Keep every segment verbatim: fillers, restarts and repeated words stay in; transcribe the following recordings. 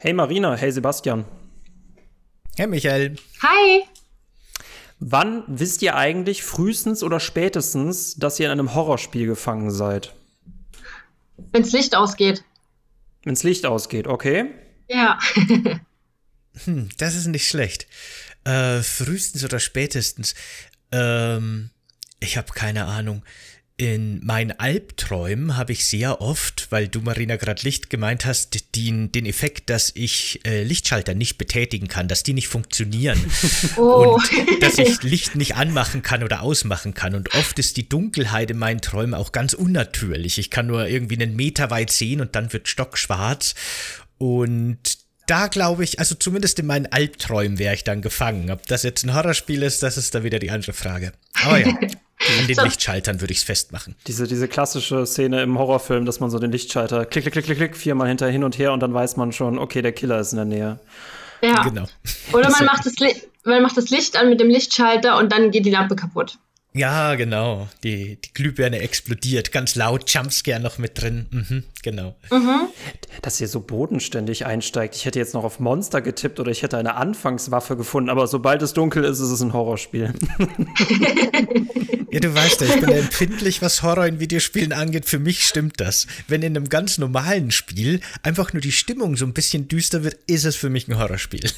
Hey Marina, hey Sebastian. Hey Michael. Hi. Wann wisst ihr eigentlich frühestens oder spätestens, dass ihr in einem Horrorspiel gefangen seid? Wenn's Licht ausgeht. Wenn's Licht ausgeht, okay? Ja. Hm, das ist nicht schlecht. Äh, frühestens oder spätestens. Ähm, ich habe keine Ahnung. In meinen Albträumen habe ich sehr oft, weil du, Marina, gerade Licht gemeint hast, den, den Effekt, dass ich äh, Lichtschalter nicht betätigen kann, dass die nicht funktionieren Oh. und dass ich Licht nicht anmachen kann oder ausmachen kann. Und oft ist die Dunkelheit in meinen Träumen auch ganz unnatürlich. Ich kann nur irgendwie einen Meter weit sehen und dann wird stockschwarz. Und da glaube ich, also zumindest in meinen Albträumen wäre ich dann gefangen. Ob das jetzt ein Horrorspiel ist, das ist da wieder die andere Frage. Aber ja, an den Lichtschaltern würde ich es festmachen. Diese, diese klassische Szene im Horrorfilm, dass man so den Lichtschalter klick, klick, klick, klick, klick, viermal hinter hin und her und dann weiß man schon, okay, der Killer ist in der Nähe. Ja. Genau. Oder man macht, das Li- man macht das Licht an mit dem Lichtschalter und dann geht die Lampe kaputt. Ja, genau. Die, die Glühbirne explodiert. Ganz laut, Jumpscare noch mit drin. Mhm, genau. Mhm. Dass ihr so bodenständig einsteigt. Ich hätte jetzt noch auf Monster getippt oder ich hätte eine Anfangswaffe gefunden, aber sobald es dunkel ist, ist es ein Horrorspiel. Ja, du weißt ja, ich bin ja empfindlich, was Horror in Videospielen angeht. Für mich stimmt das. Wenn in einem ganz normalen Spiel einfach nur die Stimmung so ein bisschen düster wird, ist es für mich ein Horrorspiel.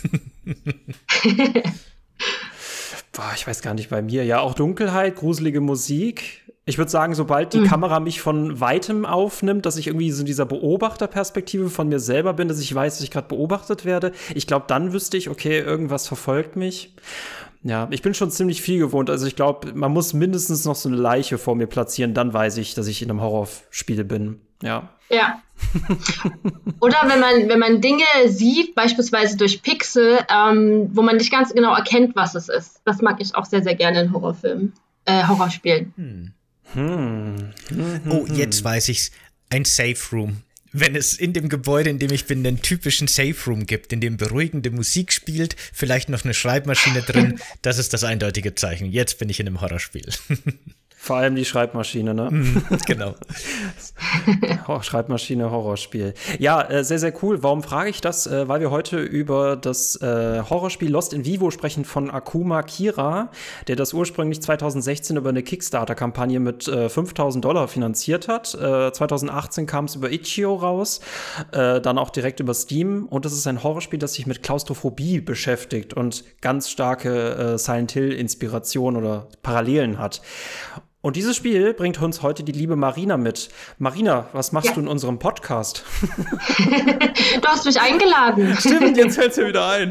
Boah, ich weiß gar nicht, bei mir. Ja, auch Dunkelheit, gruselige Musik. Ich würde sagen, sobald die mhm. Kamera mich von Weitem aufnimmt, dass ich irgendwie so in dieser Beobachterperspektive von mir selber bin, dass ich weiß, dass ich gerade beobachtet werde, ich glaube, dann wüsste ich, okay, irgendwas verfolgt mich. Ja, ich bin schon ziemlich viel gewohnt. Also ich glaube, man muss mindestens noch so eine Leiche vor mir platzieren, dann weiß ich, dass ich in einem Horrorspiel bin. Ja. Ja. Oder wenn man, wenn man Dinge sieht, beispielsweise durch Pixel, ähm, wo man nicht ganz genau erkennt, was es ist. Das mag ich auch sehr, sehr gerne in Horrorfilmen, äh, Horrorspielen. Hm. Hm. Hm. Oh, jetzt weiß ich's. Ein Safe Room. Wenn es in dem Gebäude, in dem ich bin, einen typischen Safe Room gibt, in dem beruhigende Musik spielt, vielleicht noch eine Schreibmaschine drin, das ist das eindeutige Zeichen. Jetzt bin ich in einem Horrorspiel. Vor allem die Schreibmaschine, ne? Mm, genau. Oh, Schreibmaschine, Horrorspiel. Ja, äh, sehr, sehr cool. Warum frage ich das? Äh, weil wir heute über das äh, Horrorspiel Lost in Vivo sprechen von Akuma Kira, der das ursprünglich zwanzig sechzehn über eine Kickstarter-Kampagne mit äh, fünftausend Dollar finanziert hat. Äh, zwanzig achtzehn kam es über Itch.io raus, äh, dann auch direkt über Steam. Und das ist ein Horrorspiel, das sich mit Klaustrophobie beschäftigt und ganz starke äh, Silent Hill-Inspiration oder Parallelen hat. Und dieses Spiel bringt uns heute die liebe Marina mit. Marina, was machst ja. du in unserem Podcast? Du hast mich eingeladen. Stimmt, jetzt fällt's mir wieder ein.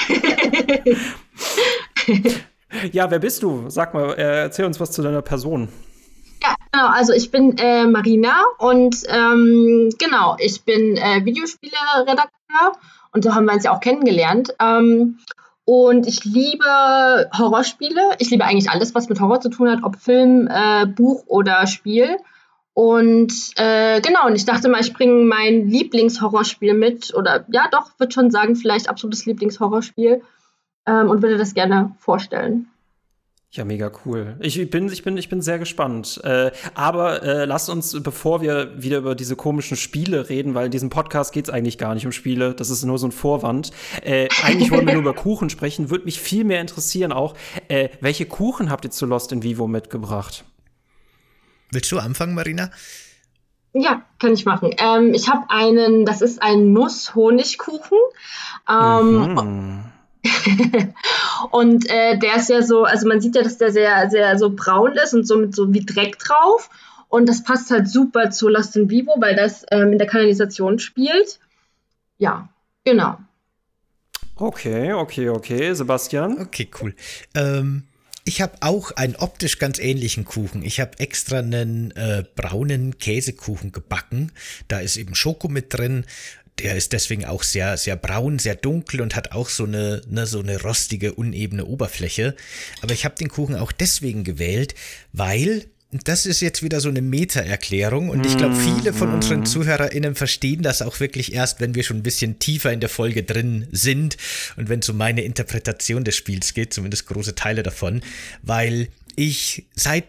Ja, wer bist du? Sag mal, erzähl uns was zu deiner Person. Ja, genau, also ich bin äh, Marina und ähm, genau, ich bin äh, Videospiele-Redakteur und so haben wir uns ja auch kennengelernt. Ähm, Und ich liebe Horrorspiele. Ich liebe eigentlich alles, was mit Horror zu tun hat, ob Film, äh, Buch oder Spiel. Und äh, genau, und ich dachte mal, ich bringe mein Lieblingshorrorspiel mit. Oder ja, doch, würde schon sagen, vielleicht absolutes Lieblingshorrorspiel. Ähm, und würde das gerne vorstellen. Ja, mega cool. Ich bin, ich bin, ich bin sehr gespannt. Äh, aber äh, lasst uns, bevor wir wieder über diese komischen Spiele reden, weil in diesem Podcast geht's eigentlich gar nicht um Spiele, das ist nur so ein Vorwand. Äh, eigentlich wollen wir nur über Kuchen sprechen. Würde mich viel mehr interessieren auch, äh, welche Kuchen habt ihr zu Lost in Vivo mitgebracht? Willst du anfangen, Marina? Ja, kann ich machen. Ähm, ich habe einen, das ist ein Nuss-Honigkuchen. Ähm, mhm. Und äh, der ist ja so, also man sieht ja, dass der sehr, sehr so braun ist und so mit so wie Dreck drauf. Und das passt halt super zu Lost in Vivo, weil das ähm, in der Kanalisation spielt. Ja, genau. Okay, okay, okay. Sebastian? Okay, cool. Ähm, ich habe auch einen optisch ganz ähnlichen Kuchen. Ich habe extra einen äh, braunen Käsekuchen gebacken. Da ist eben Schoko mit drin. Der ist deswegen auch sehr, sehr braun, sehr dunkel und hat auch so eine, ne, so eine rostige, unebene Oberfläche. Aber ich habe den Kuchen auch deswegen gewählt, weil, das ist jetzt wieder so eine Meta-Erklärung und ich glaube, viele von unseren ZuhörerInnen verstehen das auch wirklich erst, wenn wir schon ein bisschen tiefer in der Folge drin sind und wenn es um meine Interpretation des Spiels geht, zumindest große Teile davon, weil ich seit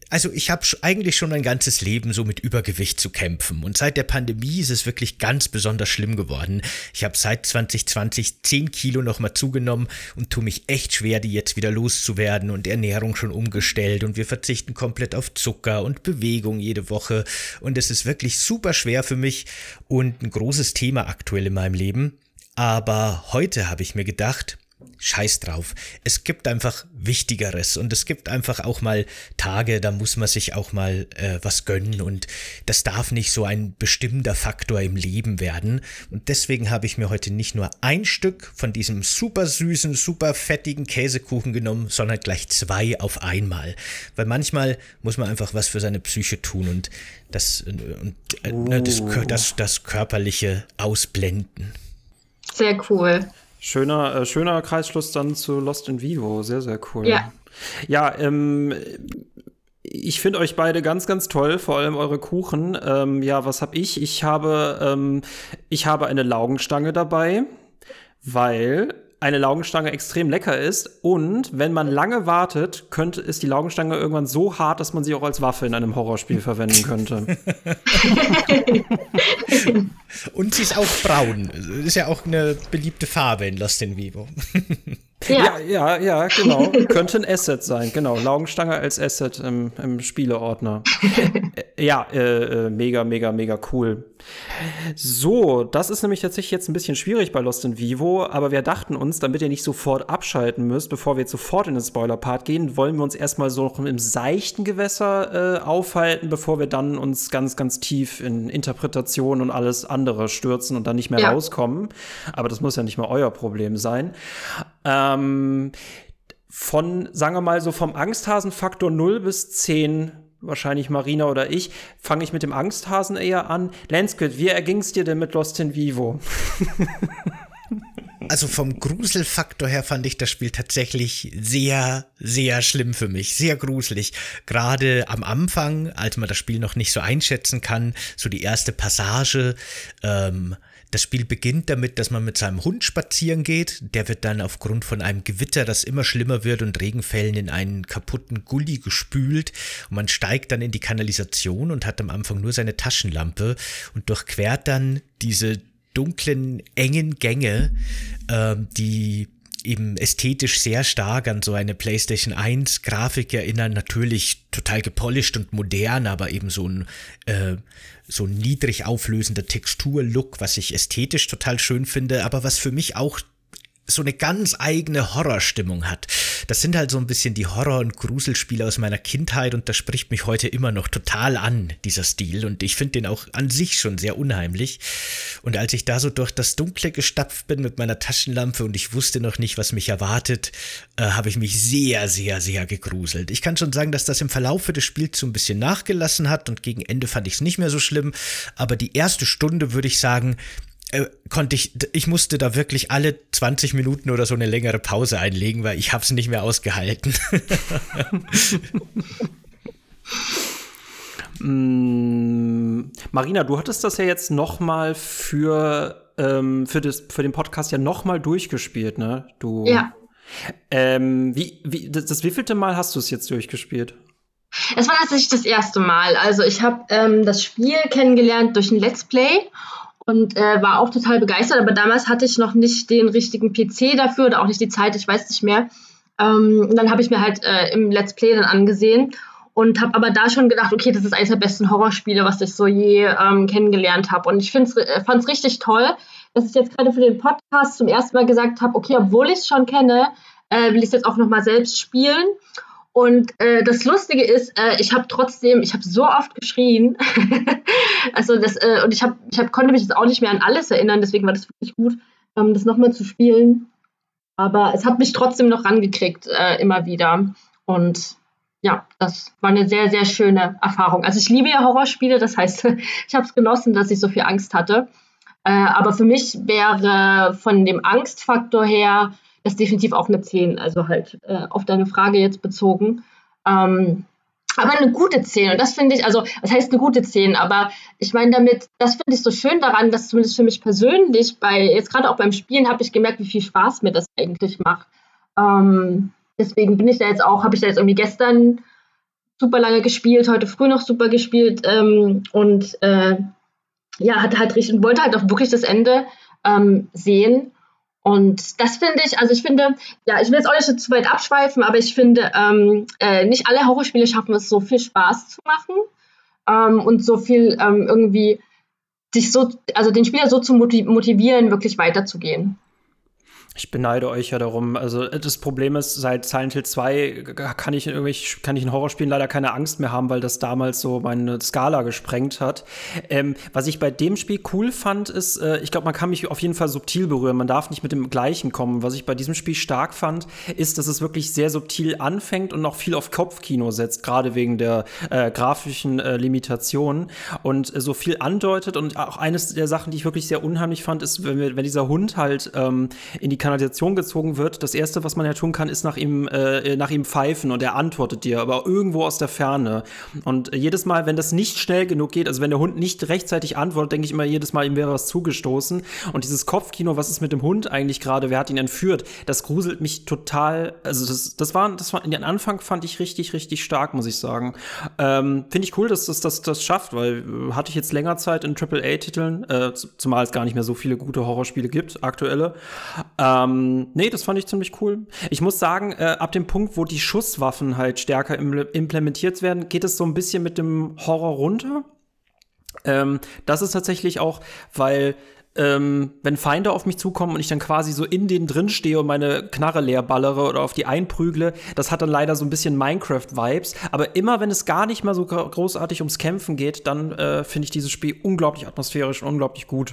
Also ich habe eigentlich schon mein ganzes Leben so mit Übergewicht zu kämpfen und seit der Pandemie ist es wirklich ganz besonders schlimm geworden. Ich habe seit zwanzig zwanzig zehn Kilo nochmal zugenommen und tue mich echt schwer, die jetzt wieder loszuwerden und Ernährung schon umgestellt und wir verzichten komplett auf Zucker und Bewegung jede Woche und es ist wirklich super schwer für mich und ein großes Thema aktuell in meinem Leben. Aber heute habe ich mir gedacht, scheiß drauf. Es gibt einfach Wichtigeres und es gibt einfach auch mal Tage, da muss man sich auch mal äh, was gönnen und das darf nicht so ein bestimmender Faktor im Leben werden. Und deswegen habe ich mir heute nicht nur ein Stück von diesem super süßen, super fettigen Käsekuchen genommen, sondern gleich zwei auf einmal. Weil manchmal muss man einfach was für seine Psyche tun und das, und, äh, oh. das, das, das Körperliche ausblenden. Sehr cool. Schöner, äh, schöner Kreisschluss dann zu Lost in Vivo. Sehr, sehr cool. Ja. Ja, ähm, ich finde euch beide ganz, ganz toll, vor allem eure Kuchen. Ähm, ja, was habe ich? Ich habe, ähm, ich habe eine Laugenstange dabei, weil eine Laugenstange extrem lecker ist und wenn man lange wartet, könnte ist die Laugenstange irgendwann so hart, dass man sie auch als Waffe in einem Horrorspiel verwenden könnte. Und sie ist auch braun. Ist ja auch eine beliebte Farbe in Lost in Vivo. Ja, ja, ja, ja, genau. Könnte ein Asset sein, genau. Laugenstange als Asset im, im Spieleordner. Ja, äh, äh, mega, mega, mega cool. So, das ist nämlich tatsächlich jetzt ein bisschen schwierig bei Lost in Vivo, aber wir dachten uns, damit ihr nicht sofort abschalten müsst, bevor wir jetzt sofort in den Spoiler-Part gehen, wollen wir uns erstmal so noch im seichten Gewässer äh, aufhalten, bevor wir dann uns ganz, ganz tief in Interpretation und alles andere stürzen und dann nicht mehr ja. rauskommen. Aber das muss ja nicht mal euer Problem sein. Ähm, von, sagen wir mal, so vom Angsthasen-Faktor null bis zehn, wahrscheinlich Marina oder ich, fange ich mit dem Angsthasen eher an. Lanskit, wie erging's dir denn mit Lost in Vivo? Also vom Gruselfaktor her fand ich das Spiel tatsächlich sehr, sehr schlimm für mich, sehr gruselig. Gerade am Anfang, als man das Spiel noch nicht so einschätzen kann, so die erste Passage, ähm, das Spiel beginnt damit, dass man mit seinem Hund spazieren geht. Der wird dann aufgrund von einem Gewitter, das immer schlimmer wird und Regenfällen in einen kaputten Gully gespült. Und man steigt dann in die Kanalisation und hat am Anfang nur seine Taschenlampe und durchquert dann diese dunklen, engen Gänge, äh, die eben ästhetisch sehr stark an so eine PlayStation eins Grafik erinnern, natürlich total gepolished und modern, aber eben so ein äh, so ein niedrig auflösender Textur-Look, was ich ästhetisch total schön finde, aber was für mich auch so eine ganz eigene Horrorstimmung hat. Das sind halt so ein bisschen die Horror- und Gruselspiele aus meiner Kindheit und das spricht mich heute immer noch total an, dieser Stil. Und ich finde den auch an sich schon sehr unheimlich. Und als ich da so durch das Dunkle gestapft bin mit meiner Taschenlampe und ich wusste noch nicht, was mich erwartet, äh, habe ich mich sehr, sehr, sehr gegruselt. Ich kann schon sagen, dass das im Verlaufe des Spiels so ein bisschen nachgelassen hat und gegen Ende fand ich es nicht mehr so schlimm. Aber die erste Stunde würde ich sagen, Äh, konnte ich, ich musste da wirklich alle zwanzig Minuten oder so eine längere Pause einlegen, weil ich hab's nicht mehr ausgehalten. mm, Marina, du hattest das ja jetzt noch mal für, ähm, für, das, für den Podcast ja noch mal durchgespielt, ne? Du, ja. Ähm, wie, wie, das, das wievielte Mal hast du es jetzt durchgespielt? Es war tatsächlich das erste Mal. Also ich habe ähm, das Spiel kennengelernt durch ein Let's Play und äh, war auch total begeistert, aber damals hatte ich noch nicht den richtigen P C dafür oder auch nicht die Zeit, ich weiß nicht mehr. Ähm, und dann habe ich mir halt äh, im Let's Play dann angesehen und habe aber da schon gedacht, okay, das ist eines der besten Horrorspiele, was ich so je ähm, kennengelernt habe. Und ich fand es richtig toll, dass ich jetzt gerade für den Podcast zum ersten Mal gesagt habe, okay, obwohl ich es schon kenne, äh, will ich es jetzt auch nochmal selbst spielen. Und äh, das Lustige ist, äh, ich habe trotzdem, ich habe so oft geschrien, also das, äh, und ich, hab, ich hab, konnte mich jetzt auch nicht mehr an alles erinnern, deswegen war das wirklich gut, ähm, das nochmal zu spielen. Aber es hat mich trotzdem noch rangekriegt, äh, immer wieder. Und ja, das war eine sehr, sehr schöne Erfahrung. Also ich liebe ja Horrorspiele, das heißt, ich habe es genossen, dass ich so viel Angst hatte. Äh, aber für mich wäre von dem Angstfaktor her das ist definitiv auch eine zehn, also halt äh, auf deine Frage jetzt bezogen. Ähm, aber eine gute zehn und das finde ich, also das heißt eine gute zehn, aber ich meine damit, das finde ich so schön daran, dass zumindest für mich persönlich, bei jetzt gerade auch beim Spielen habe ich gemerkt, wie viel Spaß mir das eigentlich macht. Ähm, deswegen bin ich da jetzt auch, habe ich da jetzt irgendwie gestern super lange gespielt, heute früh noch super gespielt ähm, und äh, ja, hat halt richtig, wollte halt auch wirklich das Ende ähm, sehen. Und das finde ich, also ich finde, ja, ich will jetzt auch nicht zu weit abschweifen, aber ich finde, ähm, äh, nicht alle Horrorspiele schaffen es, so viel Spaß zu machen ähm, und so viel ähm, irgendwie sich so, also den Spieler so zu motivieren, wirklich weiterzugehen. Ich beneide euch ja darum. Also das Problem ist, seit Silent Hill zwei kann ich in irgendwelchen, kann ich in Horrorspielen leider keine Angst mehr haben, weil das damals so meine Skala gesprengt hat. Ähm, was ich bei dem Spiel cool fand, ist, äh, ich glaube, man kann mich auf jeden Fall subtil berühren. Man darf nicht mit dem Gleichen kommen. Was ich bei diesem Spiel stark fand, ist, dass es wirklich sehr subtil anfängt und noch viel auf Kopfkino setzt, gerade wegen der äh, grafischen äh, Limitationen und äh, so viel andeutet. Und auch eines der Sachen, die ich wirklich sehr unheimlich fand, ist, wenn, wir, wenn dieser Hund halt ähm, in die Kanalisation gezogen wird, das Erste, was man ja tun kann, ist nach ihm, äh, nach ihm pfeifen und er antwortet dir, aber irgendwo aus der Ferne. Und äh, jedes Mal, wenn das nicht schnell genug geht, also wenn der Hund nicht rechtzeitig antwortet, denke ich immer jedes Mal, ihm wäre was zugestoßen. Und dieses Kopfkino, was ist mit dem Hund eigentlich gerade, wer hat ihn entführt, das gruselt mich total, also das, das war, das war, den Anfang fand ich richtig, richtig stark, muss ich sagen. Ähm, finde ich cool, dass das, das, das schafft, weil äh, hatte ich jetzt länger Zeit in Triple A Titeln, äh, zumal es gar nicht mehr so viele gute Horrorspiele gibt, aktuelle. Ähm, Ähm, nee, das fand ich ziemlich cool. Ich muss sagen, äh, ab dem Punkt, wo die Schusswaffen halt stärker im- implementiert werden, geht es so ein bisschen mit dem Horror runter. Ähm, das ist tatsächlich auch, weil ähm, wenn Feinde auf mich zukommen und ich dann quasi so in denen drin stehe und meine Knarre leer ballere oder auf die einprügle, das hat dann leider so ein bisschen Minecraft-Vibes. Aber immer, wenn es gar nicht mal so gro- großartig ums Kämpfen geht, dann äh, finde ich dieses Spiel unglaublich atmosphärisch und unglaublich gut.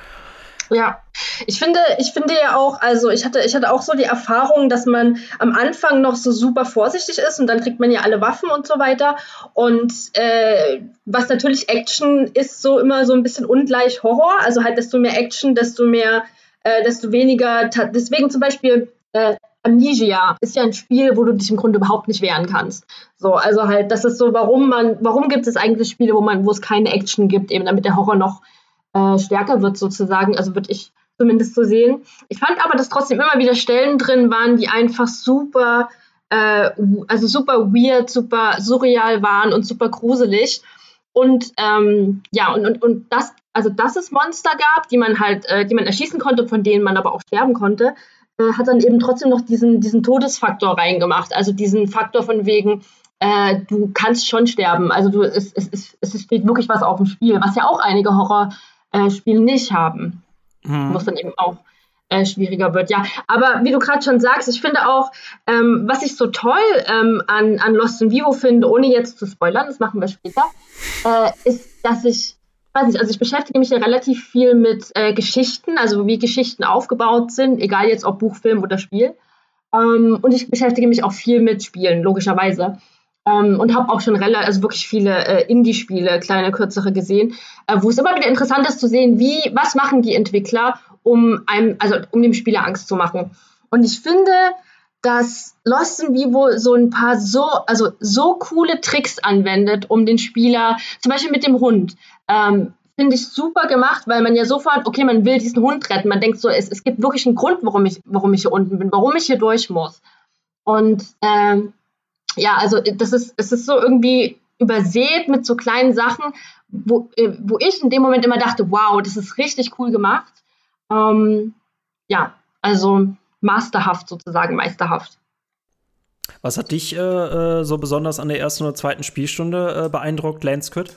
Ja, ich finde, ich finde ja auch, also ich hatte, ich hatte auch so die Erfahrung, dass man am Anfang noch so super vorsichtig ist und dann kriegt man ja alle Waffen und so weiter. Und äh, was natürlich Action ist, so immer so ein bisschen ungleich Horror. Also halt, desto mehr Action, desto mehr, äh, desto weniger. Ta- deswegen zum Beispiel äh, Amnesia ist ja ein Spiel, wo du dich im Grunde überhaupt nicht wehren kannst. So, also halt, das ist so, warum man, warum gibt es eigentlich Spiele, wo man, wo es keine Action gibt, eben damit der Horror noch Äh, stärker wird sozusagen, also würde ich zumindest so sehen. Ich fand aber, dass trotzdem immer wieder Stellen drin waren, die einfach super, äh, also super weird, super surreal waren und super gruselig. Und ähm, ja, und, und, und das, also dass es Monster gab, die man halt, äh, die man erschießen konnte, von denen man aber auch sterben konnte, äh, hat dann eben trotzdem noch diesen, diesen Todesfaktor reingemacht. Also diesen Faktor von wegen, äh, du kannst schon sterben. Also du, es, es, es, es steht wirklich was auf dem Spiel, was ja auch einige Horror Äh, Spiel nicht haben, hm. wo es dann eben auch äh, schwieriger wird. Ja, aber wie du gerade schon sagst, ich finde auch, ähm, was ich so toll ähm, an, an Lost in Vivo finde, ohne jetzt zu spoilern, das machen wir später, äh, ist, dass ich, weiß nicht, also ich beschäftige mich ja relativ viel mit äh, Geschichten, also wie Geschichten aufgebaut sind, egal jetzt ob Buch, Film oder Spiel. Ähm, und ich beschäftige mich auch viel mit Spielen, logischerweise. Um, und habe auch schon relativ, also wirklich viele äh, Indie-Spiele, kleine, kürzere gesehen, äh, wo es immer wieder interessant ist zu sehen, wie, was machen die Entwickler, um einem, also um dem Spieler Angst zu machen. Und ich finde, dass Lost in Vivo so ein paar so, also so coole Tricks anwendet, um den Spieler, zum Beispiel mit dem Hund, ähm, finde ich super gemacht, weil man ja sofort, okay, man will diesen Hund retten, man denkt so, es, es gibt wirklich einen Grund, warum ich, warum ich hier unten bin, warum ich hier durch muss. Und ähm, ja, also das ist, es ist so irgendwie übersät mit so kleinen Sachen, wo, wo ich in dem Moment immer dachte, wow, das ist richtig cool gemacht. Ähm, ja, also masterhaft sozusagen, meisterhaft. Was hat dich äh, so besonders an der ersten oder zweiten Spielstunde äh, beeindruckt, Landsquid?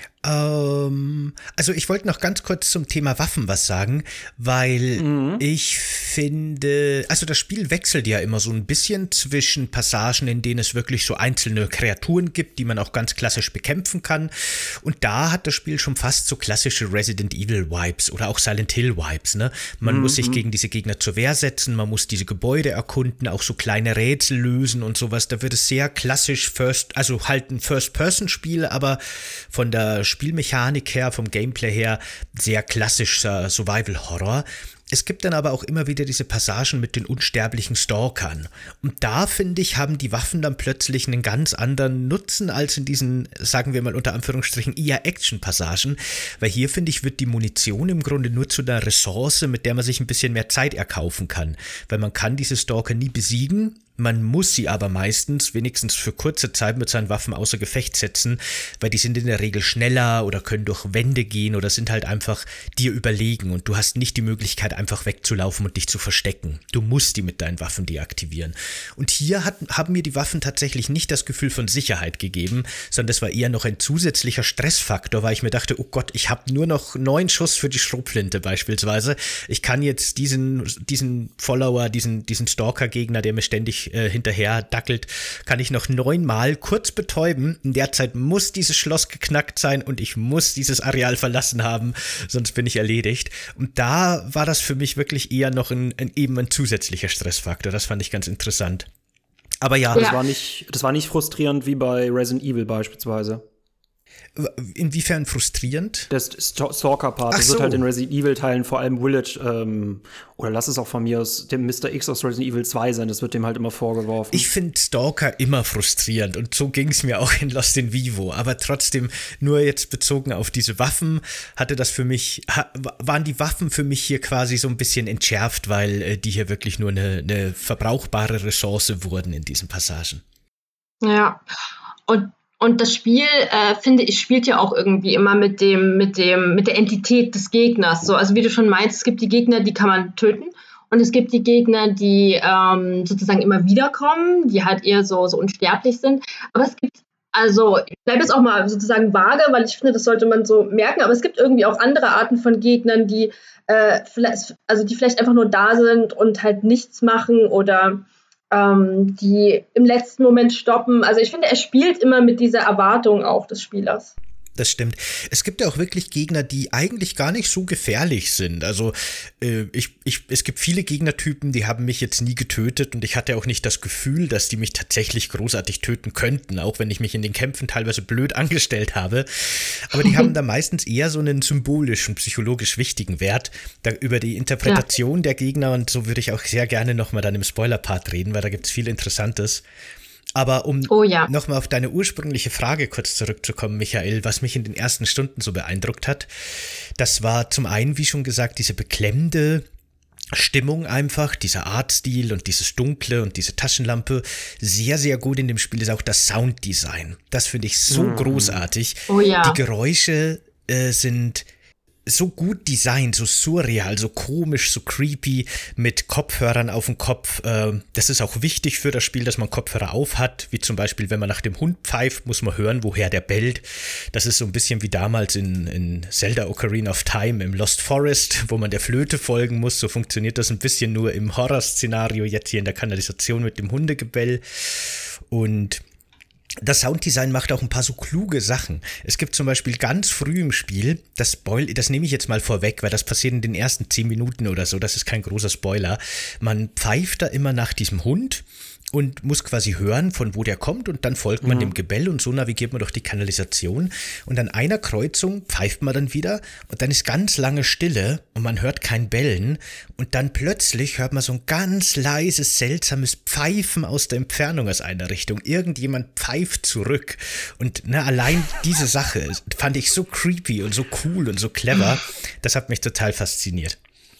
Ähm, also ich wollte noch ganz kurz zum Thema Waffen was sagen, weil mhm. ich finde, also das Spiel wechselt ja immer so ein bisschen zwischen Passagen, in denen es wirklich so einzelne Kreaturen gibt, die man auch ganz klassisch bekämpfen kann, und da hat das Spiel schon fast so klassische Resident Evil Vibes oder auch Silent Hill Vibes, ne? Man mhm. muss sich gegen diese Gegner zur Wehr setzen, man muss diese Gebäude erkunden, auch so kleine Rätsel lösen und sowas, da wird es sehr klassisch First, also halt ein First-Person-Spiel, aber von der Spielmechanik her, vom Gameplay her, sehr klassischer Survival-Horror. Es gibt dann aber auch immer wieder diese Passagen mit den unsterblichen Stalkern. Und da, finde ich, haben die Waffen dann plötzlich einen ganz anderen Nutzen als in diesen, sagen wir mal unter Anführungsstrichen, eher Action-Passagen. Weil hier, finde ich, wird die Munition im Grunde nur zu einer Ressource, mit der man sich ein bisschen mehr Zeit erkaufen kann. Weil man kann diese Stalker nie besiegen. Man muss sie aber meistens, wenigstens für kurze Zeit, mit seinen Waffen außer Gefecht setzen, weil die sind in der Regel schneller oder können durch Wände gehen oder sind halt einfach dir überlegen und du hast nicht die Möglichkeit, einfach wegzulaufen und dich zu verstecken. Du musst die mit deinen Waffen deaktivieren. Und hier hat, haben mir die Waffen tatsächlich nicht das Gefühl von Sicherheit gegeben, sondern das war eher noch ein zusätzlicher Stressfaktor, weil ich mir dachte, oh Gott, ich habe nur noch neun Schuss für die Schrotflinte beispielsweise. Ich kann jetzt diesen, diesen Follower, diesen, diesen Stalker-Gegner, der mir ständig äh, hinterher dackelt, kann ich noch neunmal kurz betäuben. In der Zeit muss dieses Schloss geknackt sein und ich muss dieses Areal verlassen haben, sonst bin ich erledigt. Und da war das für mich wirklich eher noch ein, ein eben ein zusätzlicher Stressfaktor. Das fand ich ganz interessant. Aber ja. Das war nicht, das war nicht frustrierend wie bei Resident Evil beispielsweise. Inwiefern frustrierend? Das Stalker-Part, das so. wird halt in Resident Evil-Teilen, vor allem Village, ähm, oder lass es auch von mir aus dem Mister X aus Resident Evil zwei sein, das wird dem halt immer vorgeworfen. Ich finde Stalker immer frustrierend und so ging es mir auch in Lost in Vivo, aber trotzdem, nur jetzt bezogen auf diese Waffen, hatte das für mich, waren die Waffen für mich hier quasi so ein bisschen entschärft, weil äh, die hier wirklich nur eine, eine verbrauchbare Ressource wurden in diesen Passagen. Ja, und Und das Spiel, äh, finde ich, spielt ja auch irgendwie immer mit dem, mit dem, mit der Entität des Gegners. So, also wie du schon meinst, es gibt die Gegner, die kann man töten. Und es gibt die Gegner, die ähm, sozusagen immer wieder kommen, die halt eher so, so unsterblich sind. Aber es gibt, also ich bleibe jetzt auch mal sozusagen vage, weil ich finde, das sollte man so merken. Aber es gibt irgendwie auch andere Arten von Gegnern, die, äh, vielleicht, also die vielleicht einfach nur da sind und halt nichts machen oder die im letzten Moment stoppen. Also ich finde, er spielt immer mit dieser Erwartung auch des Spielers. Das stimmt. Es gibt ja auch wirklich Gegner, die eigentlich gar nicht so gefährlich sind. Also äh, ich, ich, es gibt viele Gegnertypen, die haben mich jetzt nie getötet und ich hatte auch nicht das Gefühl, dass die mich tatsächlich großartig töten könnten, auch wenn ich mich in den Kämpfen teilweise blöd angestellt habe. Aber die haben da meistens eher so einen symbolischen, psychologisch wichtigen Wert. Da, über die Interpretation ja. der Gegner und so würde ich auch sehr gerne nochmal dann im Spoiler-Part reden, weil da gibt es viel Interessantes. Aber um oh, ja. nochmal auf deine ursprüngliche Frage kurz zurückzukommen, Michael, was mich in den ersten Stunden so beeindruckt hat, das war zum einen, wie schon gesagt, diese beklemmende Stimmung einfach, dieser Artstil und dieses Dunkle und diese Taschenlampe. Sehr, sehr gut in dem Spiel ist auch das Sounddesign. Das finde ich so mhm. großartig. Oh, ja. Die Geräusche äh, sind so gut designt, so surreal, so komisch, so creepy, mit Kopfhörern auf dem Kopf. Das ist auch wichtig für das Spiel, dass man Kopfhörer auf hat, wie zum Beispiel, wenn man nach dem Hund pfeift, muss man hören, woher der bellt. Das ist so ein bisschen wie damals in, in Zelda Ocarina of Time im Lost Forest, wo man der Flöte folgen muss. So funktioniert das ein bisschen nur im Horrorszenario, jetzt hier in der Kanalisation mit dem Hundegebell. Und das Sounddesign macht auch ein paar so kluge Sachen. Es gibt zum Beispiel ganz früh im Spiel, das Spoil, das nehme ich jetzt mal vorweg, weil das passiert in den ersten zehn Minuten oder so, das ist kein großer Spoiler. Man pfeift da immer nach diesem Hund und muss quasi hören, von wo der kommt und dann folgt man mhm. dem Gebell und so navigiert man durch die Kanalisation und an einer Kreuzung pfeift man dann wieder und dann ist ganz lange Stille und man hört kein Bellen und dann plötzlich hört man so ein ganz leises, seltsames Pfeifen aus der Entfernung aus einer Richtung. Irgendjemand pfeift zurück und ne, allein diese Sache fand ich so creepy und so cool und so clever, das hat mich total fasziniert.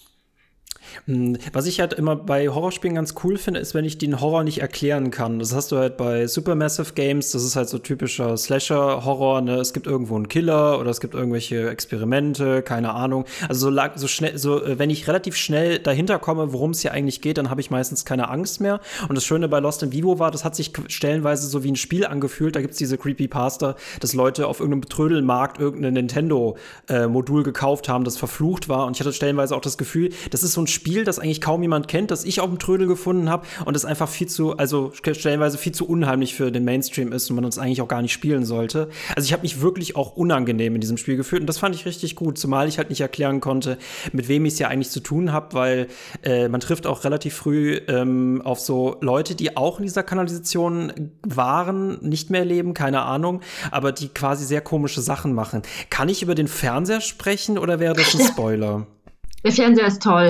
Was ich halt immer bei Horrorspielen ganz cool finde, ist, wenn ich den Horror nicht erklären kann. Das hast du halt bei Supermassive Games, das ist halt so typischer Slasher-Horror, ne? Es gibt irgendwo einen Killer oder es gibt irgendwelche Experimente, keine Ahnung. Also so, so schnell, so wenn ich relativ schnell dahinter komme, worum es hier eigentlich geht, dann habe ich meistens keine Angst mehr. Und das Schöne bei Lost in Vivo war, das hat sich stellenweise so wie ein Spiel angefühlt. Da gibt's diese Creepypasta, dass Leute auf irgendeinem Trödelmarkt irgendein Nintendo-Modul gekauft haben, das verflucht war. Und ich hatte stellenweise auch das Gefühl, das ist so ein Spiel, das eigentlich kaum jemand kennt, das ich auf dem Trödel gefunden habe und das einfach viel zu, also stellenweise viel zu unheimlich für den Mainstream ist und man das eigentlich auch gar nicht spielen sollte. Also ich habe mich wirklich auch unangenehm in diesem Spiel gefühlt und das fand ich richtig gut, zumal ich halt nicht erklären konnte, mit wem ich es ja eigentlich zu tun habe, weil äh, man trifft auch relativ früh ähm, auf so Leute, die auch in dieser Kanalisation waren, nicht mehr leben, keine Ahnung, aber die quasi sehr komische Sachen machen. Kann ich über den Fernseher sprechen oder wäre das ein Spoiler? Der Fernseher ist toll.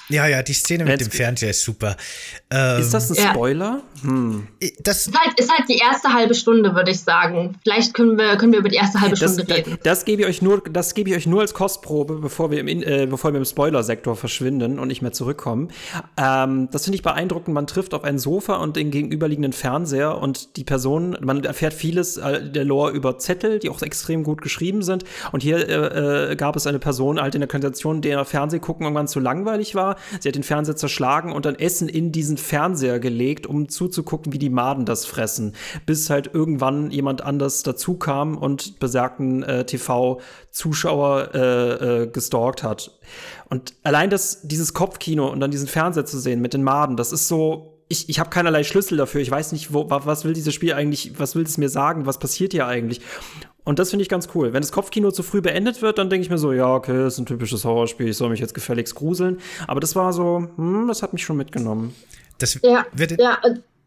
Ja, ja, die Szene mit dem Fernseher ist super. Ähm, ist das ein Spoiler? Ja. Hm. Das ist halt, ist halt die erste halbe Stunde, würde ich sagen. Vielleicht können wir, können wir über die erste halbe das, Stunde reden. Das, das gebe ich euch nur, das gebe ich euch nur als Kostprobe, bevor wir im, äh, bevor wir im Spoiler-Sektor verschwinden und nicht mehr zurückkommen. Ähm, das finde ich beeindruckend. Man trifft auf ein Sofa und den gegenüberliegenden Fernseher und die Person, man erfährt vieles äh, der Lore über Zettel, die auch extrem gut geschrieben sind. Und hier äh, gab es eine Person halt in der Kanalisation, der Fernsehgucken irgendwann zu langweilig war. Sie hat den Fernseher zerschlagen und dann Essen in diesen Fernseher gelegt, um zuzugucken, wie die Maden das fressen. Bis halt irgendwann jemand anders dazu kam und besagten äh, T V-Zuschauer äh, äh, gestalkt hat. Und allein das, dieses Kopfkino und dann diesen Fernseher zu sehen mit den Maden, das ist so, ich, ich habe keinerlei Schlüssel dafür. Ich weiß nicht, wo, was will dieses Spiel eigentlich, was will es mir sagen, was passiert hier eigentlich? Und das finde ich ganz cool. Wenn das Kopfkino zu früh beendet wird, dann denke ich mir so, ja, okay, das ist ein typisches Horrorspiel, ich soll mich jetzt gefälligst gruseln. Aber das war so, hm, das hat mich schon mitgenommen. Das ja, wird ja.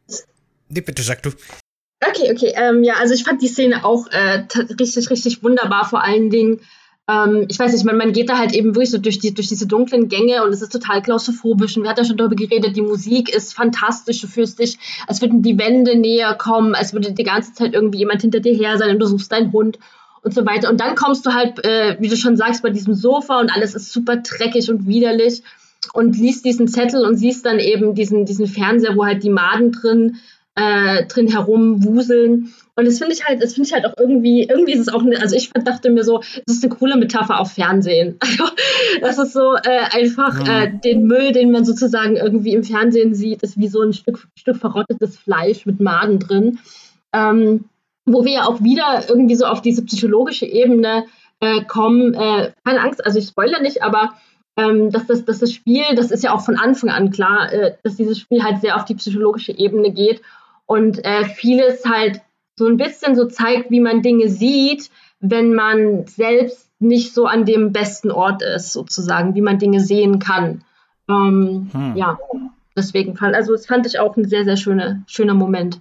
Nee, bitte sag du. Okay, okay. Ähm, ja, also ich fand die Szene auch äh, t- richtig, richtig wunderbar. Vor allen Dingen, ähm, ich weiß nicht, man, man geht da halt eben wirklich so durch, die, durch diese dunklen Gänge und es ist total klaustrophobisch. Und wir hatten ja schon darüber geredet, die Musik ist fantastisch. Du fühlst dich, als würden die Wände näher kommen, als würde die ganze Zeit irgendwie jemand hinter dir her sein und du suchst deinen Hund und so weiter. Und dann kommst du halt, äh, wie du schon sagst, bei diesem Sofa und alles ist super dreckig und widerlich und liest diesen Zettel und siehst dann eben diesen, diesen Fernseher, wo halt die Maden drin Äh, drin herumwuseln. Und das finde ich halt, das finde ich halt auch irgendwie, irgendwie ist es auch eine, also ich dachte mir so, das ist eine coole Metapher auf Fernsehen. Also das ist so äh, einfach mhm. äh, den Müll, den man sozusagen irgendwie im Fernsehen sieht, ist wie so ein Stück, Stück verrottetes Fleisch mit Maden drin. Ähm, wo wir ja auch wieder irgendwie so auf diese psychologische Ebene äh, kommen. Äh, keine Angst, also ich spoilere nicht, aber Ähm, dass, das, dass das Spiel, das ist ja auch von Anfang an klar, äh, dass dieses Spiel halt sehr auf die psychologische Ebene geht und äh, vieles halt so ein bisschen so zeigt, wie man Dinge sieht, wenn man selbst nicht so an dem besten Ort ist, sozusagen, wie man Dinge sehen kann. Ähm, hm. Ja, deswegen fand, also das fand ich auch ein sehr, sehr schöne, schöner Moment.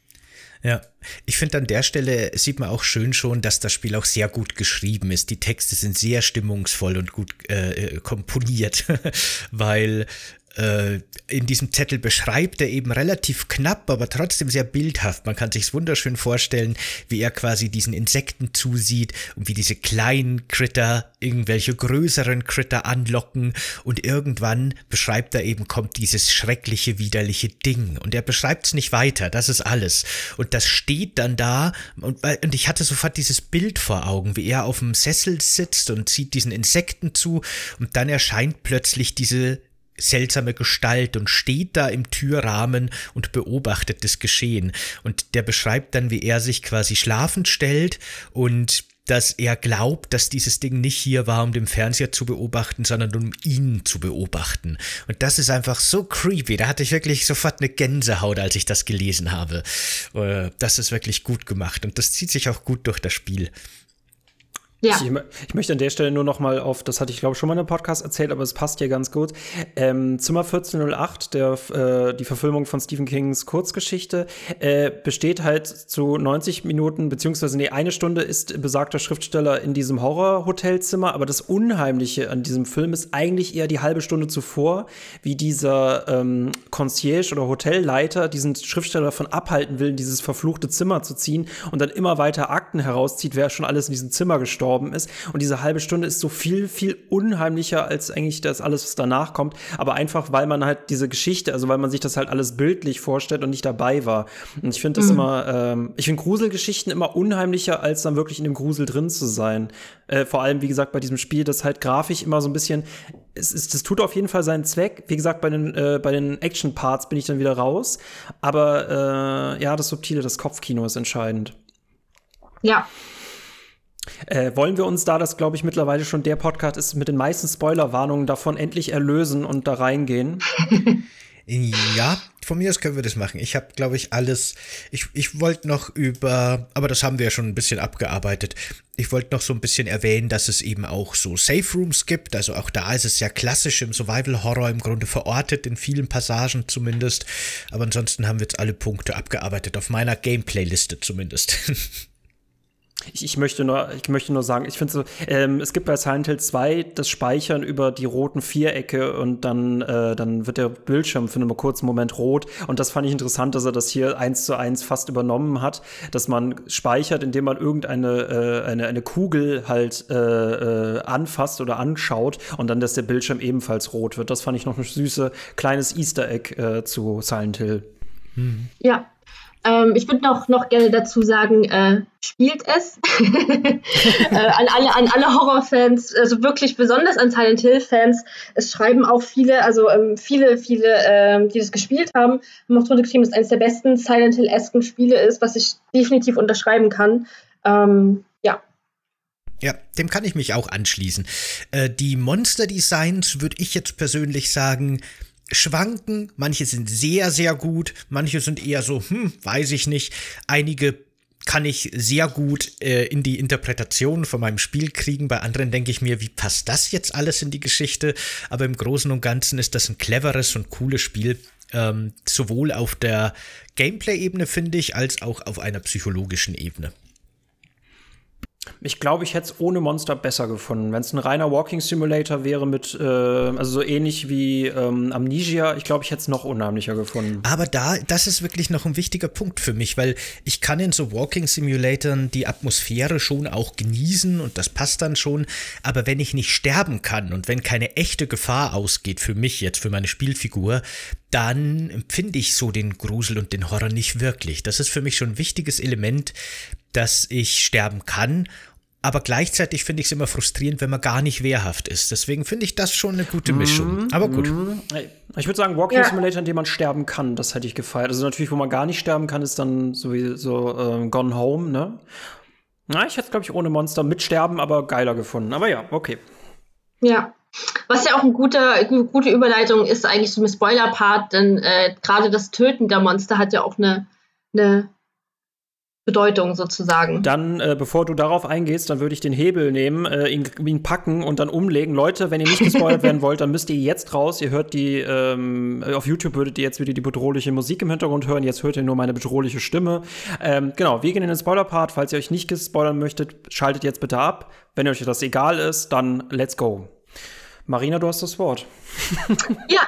Ja, ich finde, an der Stelle sieht man auch schön schon, dass das Spiel auch sehr gut geschrieben ist. Die Texte sind sehr stimmungsvoll und gut äh, komponiert, weil äh, in diesem Zettel beschreibt er eben relativ knapp, aber trotzdem sehr bildhaft. Man kann sich's wunderschön vorstellen, wie er quasi diesen Insekten zusieht und wie diese kleinen Critter irgendwelche größeren Critter anlocken und irgendwann beschreibt er eben, kommt dieses schreckliche, widerliche Ding und er beschreibt es nicht weiter, das ist alles. Und das steht dann da und, und ich hatte sofort dieses Bild vor Augen, wie er auf dem Sessel sitzt und sieht diesen Insekten zu und dann erscheint plötzlich diese seltsame Gestalt und steht da im Türrahmen und beobachtet das Geschehen. Und der beschreibt dann, wie er sich quasi schlafend stellt und dass er glaubt, dass dieses Ding nicht hier war, um den Fernseher zu beobachten, sondern um ihn zu beobachten. Und das ist einfach so creepy. Da hatte ich wirklich sofort eine Gänsehaut, als ich das gelesen habe. Das ist wirklich gut gemacht und das zieht sich auch gut durch das Spiel. Ja. Ich, ich möchte an der Stelle nur noch mal auf, das hatte ich glaube schon mal in einem Podcast erzählt, aber es passt hier ganz gut. Ähm, Zimmer vierzehn null acht, der, äh, die Verfilmung von Stephen Kings Kurzgeschichte, äh, besteht halt zu neunzig Minuten, beziehungsweise nee, eine Stunde ist besagter Schriftsteller in diesem Horror-Hotelzimmer, aber das Unheimliche an diesem Film ist eigentlich eher die halbe Stunde zuvor, wie dieser ähm, Concierge oder Hotelleiter diesen Schriftsteller davon abhalten will, in dieses verfluchte Zimmer zu ziehen und dann immer weiter Akten herauszieht, wer schon alles in diesem Zimmer gestorben ist. Und diese halbe Stunde ist so viel, viel unheimlicher als eigentlich das alles, was danach kommt. Aber einfach, weil man halt diese Geschichte, also weil man sich das halt alles bildlich vorstellt und nicht dabei war. Und ich finde das mhm. immer, ähm, ich finde Gruselgeschichten immer unheimlicher, als dann wirklich in dem Grusel drin zu sein. Äh, vor allem, wie gesagt, bei diesem Spiel, das halt grafisch immer so ein bisschen, es ist, das tut auf jeden Fall seinen Zweck. Wie gesagt, bei den, äh, bei den Action-Parts bin ich dann wieder raus. Aber äh, ja, das Subtile, das Kopfkino ist entscheidend. Ja. Äh, wollen wir uns, da das, glaube ich, mittlerweile schon der Podcast ist, mit den meisten Spoilerwarnungen davon endlich erlösen und da reingehen? Ja, von mir aus können wir das machen. Ich habe, glaube ich, alles, ich, ich wollte noch über, aber das haben wir ja schon ein bisschen abgearbeitet, ich wollte noch so ein bisschen erwähnen, dass es eben auch so Safe Rooms gibt, also auch da ist es ja klassisch im Survival-Horror im Grunde verortet, in vielen Passagen zumindest, aber ansonsten haben wir jetzt alle Punkte abgearbeitet, auf meiner Gameplay-Liste zumindest. Ich, ich, möchte nur, ich möchte nur sagen, ich finde so, ähm, es gibt bei Silent Hill zwei das Speichern über die roten Vierecke und dann, äh, dann wird der Bildschirm für einen kurzen Moment rot. Und das fand ich interessant, dass er das hier eins zu eins fast übernommen hat, dass man speichert, indem man irgendeine äh, eine, eine Kugel halt äh, äh, anfasst oder anschaut und dann, dass der Bildschirm ebenfalls rot wird. Das fand ich noch ein süßes kleines Easter Egg äh, zu Silent Hill. Hm. Ja. Ähm, ich würde noch, noch gerne dazu sagen, äh, spielt es. äh, an alle, an alle Horrorfans, also wirklich besonders an Silent Hill-Fans. Es schreiben auch viele, also ähm, viele, viele, ähm, die das gespielt haben, haben auch drunter geschrieben, dass es eines der besten Silent Hill-esken Spiele ist, was ich definitiv unterschreiben kann. Ähm, ja. Ja, dem kann ich mich auch anschließen. Äh, die Monster-Designs würde ich jetzt persönlich sagen, schwanken, manche sind sehr, sehr gut, manche sind eher so, hm, weiß ich nicht, einige kann ich sehr gut äh, in die Interpretation von meinem Spiel kriegen, bei anderen denke ich mir, wie passt das jetzt alles in die Geschichte, aber im Großen und Ganzen ist das ein cleveres und cooles Spiel, ähm, sowohl auf der Gameplay-Ebene, finde ich, als auch auf einer psychologischen Ebene. Ich glaube, ich hätte es ohne Monster besser gefunden. Wenn es ein reiner Walking Simulator wäre mit, äh, also so ähnlich wie ähm, Amnesia, ich glaube, ich hätte es noch unheimlicher gefunden. Aber da, das ist wirklich noch ein wichtiger Punkt für mich, weil ich kann in so Walking Simulatoren die Atmosphäre schon auch genießen und das passt dann schon, aber wenn ich nicht sterben kann und wenn keine echte Gefahr ausgeht für mich jetzt, für meine Spielfigur, dann empfinde ich so den Grusel und den Horror nicht wirklich. Das ist für mich schon ein wichtiges Element, dass ich sterben kann, aber gleichzeitig finde ich es immer frustrierend, wenn man gar nicht wehrhaft ist. Deswegen finde ich das schon eine gute Mischung. Aber gut. Ich würde sagen, Walking ja. Simulator, in dem man sterben kann, das hätte ich gefeiert. Also natürlich, wo man gar nicht sterben kann, ist dann sowieso äh, Gone Home, ne? Na, ich hätte es, glaube ich, ohne Monster mit Sterben, aber geiler gefunden. Aber ja, okay. Ja. Was ja auch eine gute, gute Überleitung ist eigentlich zum Spoiler-Part, denn äh, gerade das Töten der Monster hat ja auch eine, eine Bedeutung sozusagen. Dann, äh, bevor du darauf eingehst, dann würde ich den Hebel nehmen, äh, ihn, ihn packen und dann umlegen. Leute, wenn ihr nicht gespoilert werden wollt, dann müsst ihr jetzt raus. Ihr hört die, ähm, auf YouTube würdet ihr jetzt wieder die bedrohliche Musik im Hintergrund hören. Jetzt hört ihr nur meine bedrohliche Stimme. Ähm, genau, wir gehen in den Spoiler-Part. Falls ihr euch nicht gespoilern möchtet, schaltet jetzt bitte ab. Wenn euch das egal ist, dann let's go. Marina, du hast das Wort. Ja,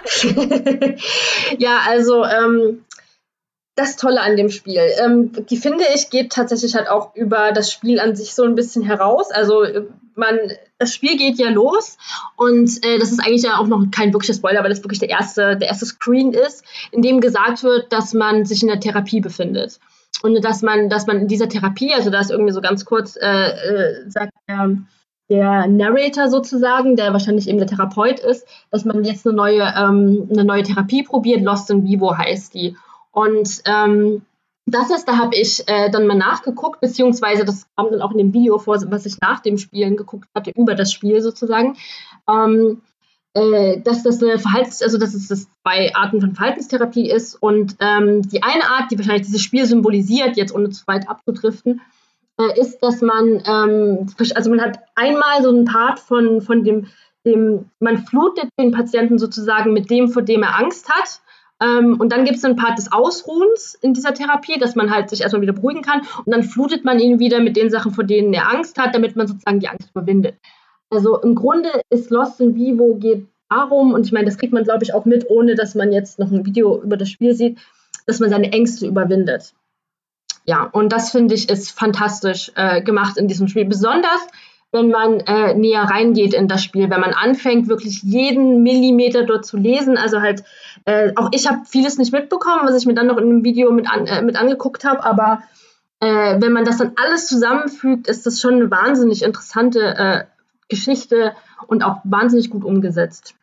ja, also ähm, das Tolle an dem Spiel, ähm, die finde ich, geht tatsächlich halt auch über das Spiel an sich so ein bisschen heraus. Also man, das Spiel geht ja los und äh, das ist eigentlich ja auch noch kein wirklicher Spoiler, weil das wirklich der erste, der erste Screen ist, in dem gesagt wird, dass man sich in der Therapie befindet. Und dass man, dass man in dieser Therapie, also da ist irgendwie so ganz kurz, äh, äh, sagt der der Narrator sozusagen, der wahrscheinlich eben der Therapeut ist, dass man jetzt eine neue, ähm, eine neue Therapie probiert, Lost in Vivo heißt die. Und ähm, das ist, da habe ich äh, dann mal nachgeguckt, beziehungsweise das kam dann auch in dem Video vor, was ich nach dem Spielen geguckt hatte, über das Spiel sozusagen, ähm, äh, dass das eine Verhaltens-, also dass es das zwei Arten von Verhaltenstherapie ist und ähm, die eine Art, die wahrscheinlich dieses Spiel symbolisiert, jetzt ohne zu weit abzudriften, ist, dass man, ähm, also man hat einmal so einen Part von, von dem, dem, man flutet den Patienten sozusagen mit dem, vor dem er Angst hat. Ähm, und dann gibt es einen Part des Ausruhens in dieser Therapie, dass man halt sich erstmal wieder beruhigen kann. Und dann flutet man ihn wieder mit den Sachen, vor denen er Angst hat, damit man sozusagen die Angst überwindet. Also im Grunde ist Lost in Vivo geht darum, und ich meine, das kriegt man, glaube ich, auch mit, ohne dass man jetzt noch ein Video über das Spiel sieht, dass man seine Ängste überwindet. Ja, und das finde ich ist fantastisch äh, gemacht in diesem Spiel. Besonders, wenn man äh, näher reingeht in das Spiel, wenn man anfängt, wirklich jeden Millimeter dort zu lesen. Also halt, äh, auch ich habe vieles nicht mitbekommen, was ich mir dann noch in einem Video mit, an, äh, mit angeguckt habe. Aber äh, wenn man das dann alles zusammenfügt, ist das schon eine wahnsinnig interessante äh, Geschichte und auch wahnsinnig gut umgesetzt.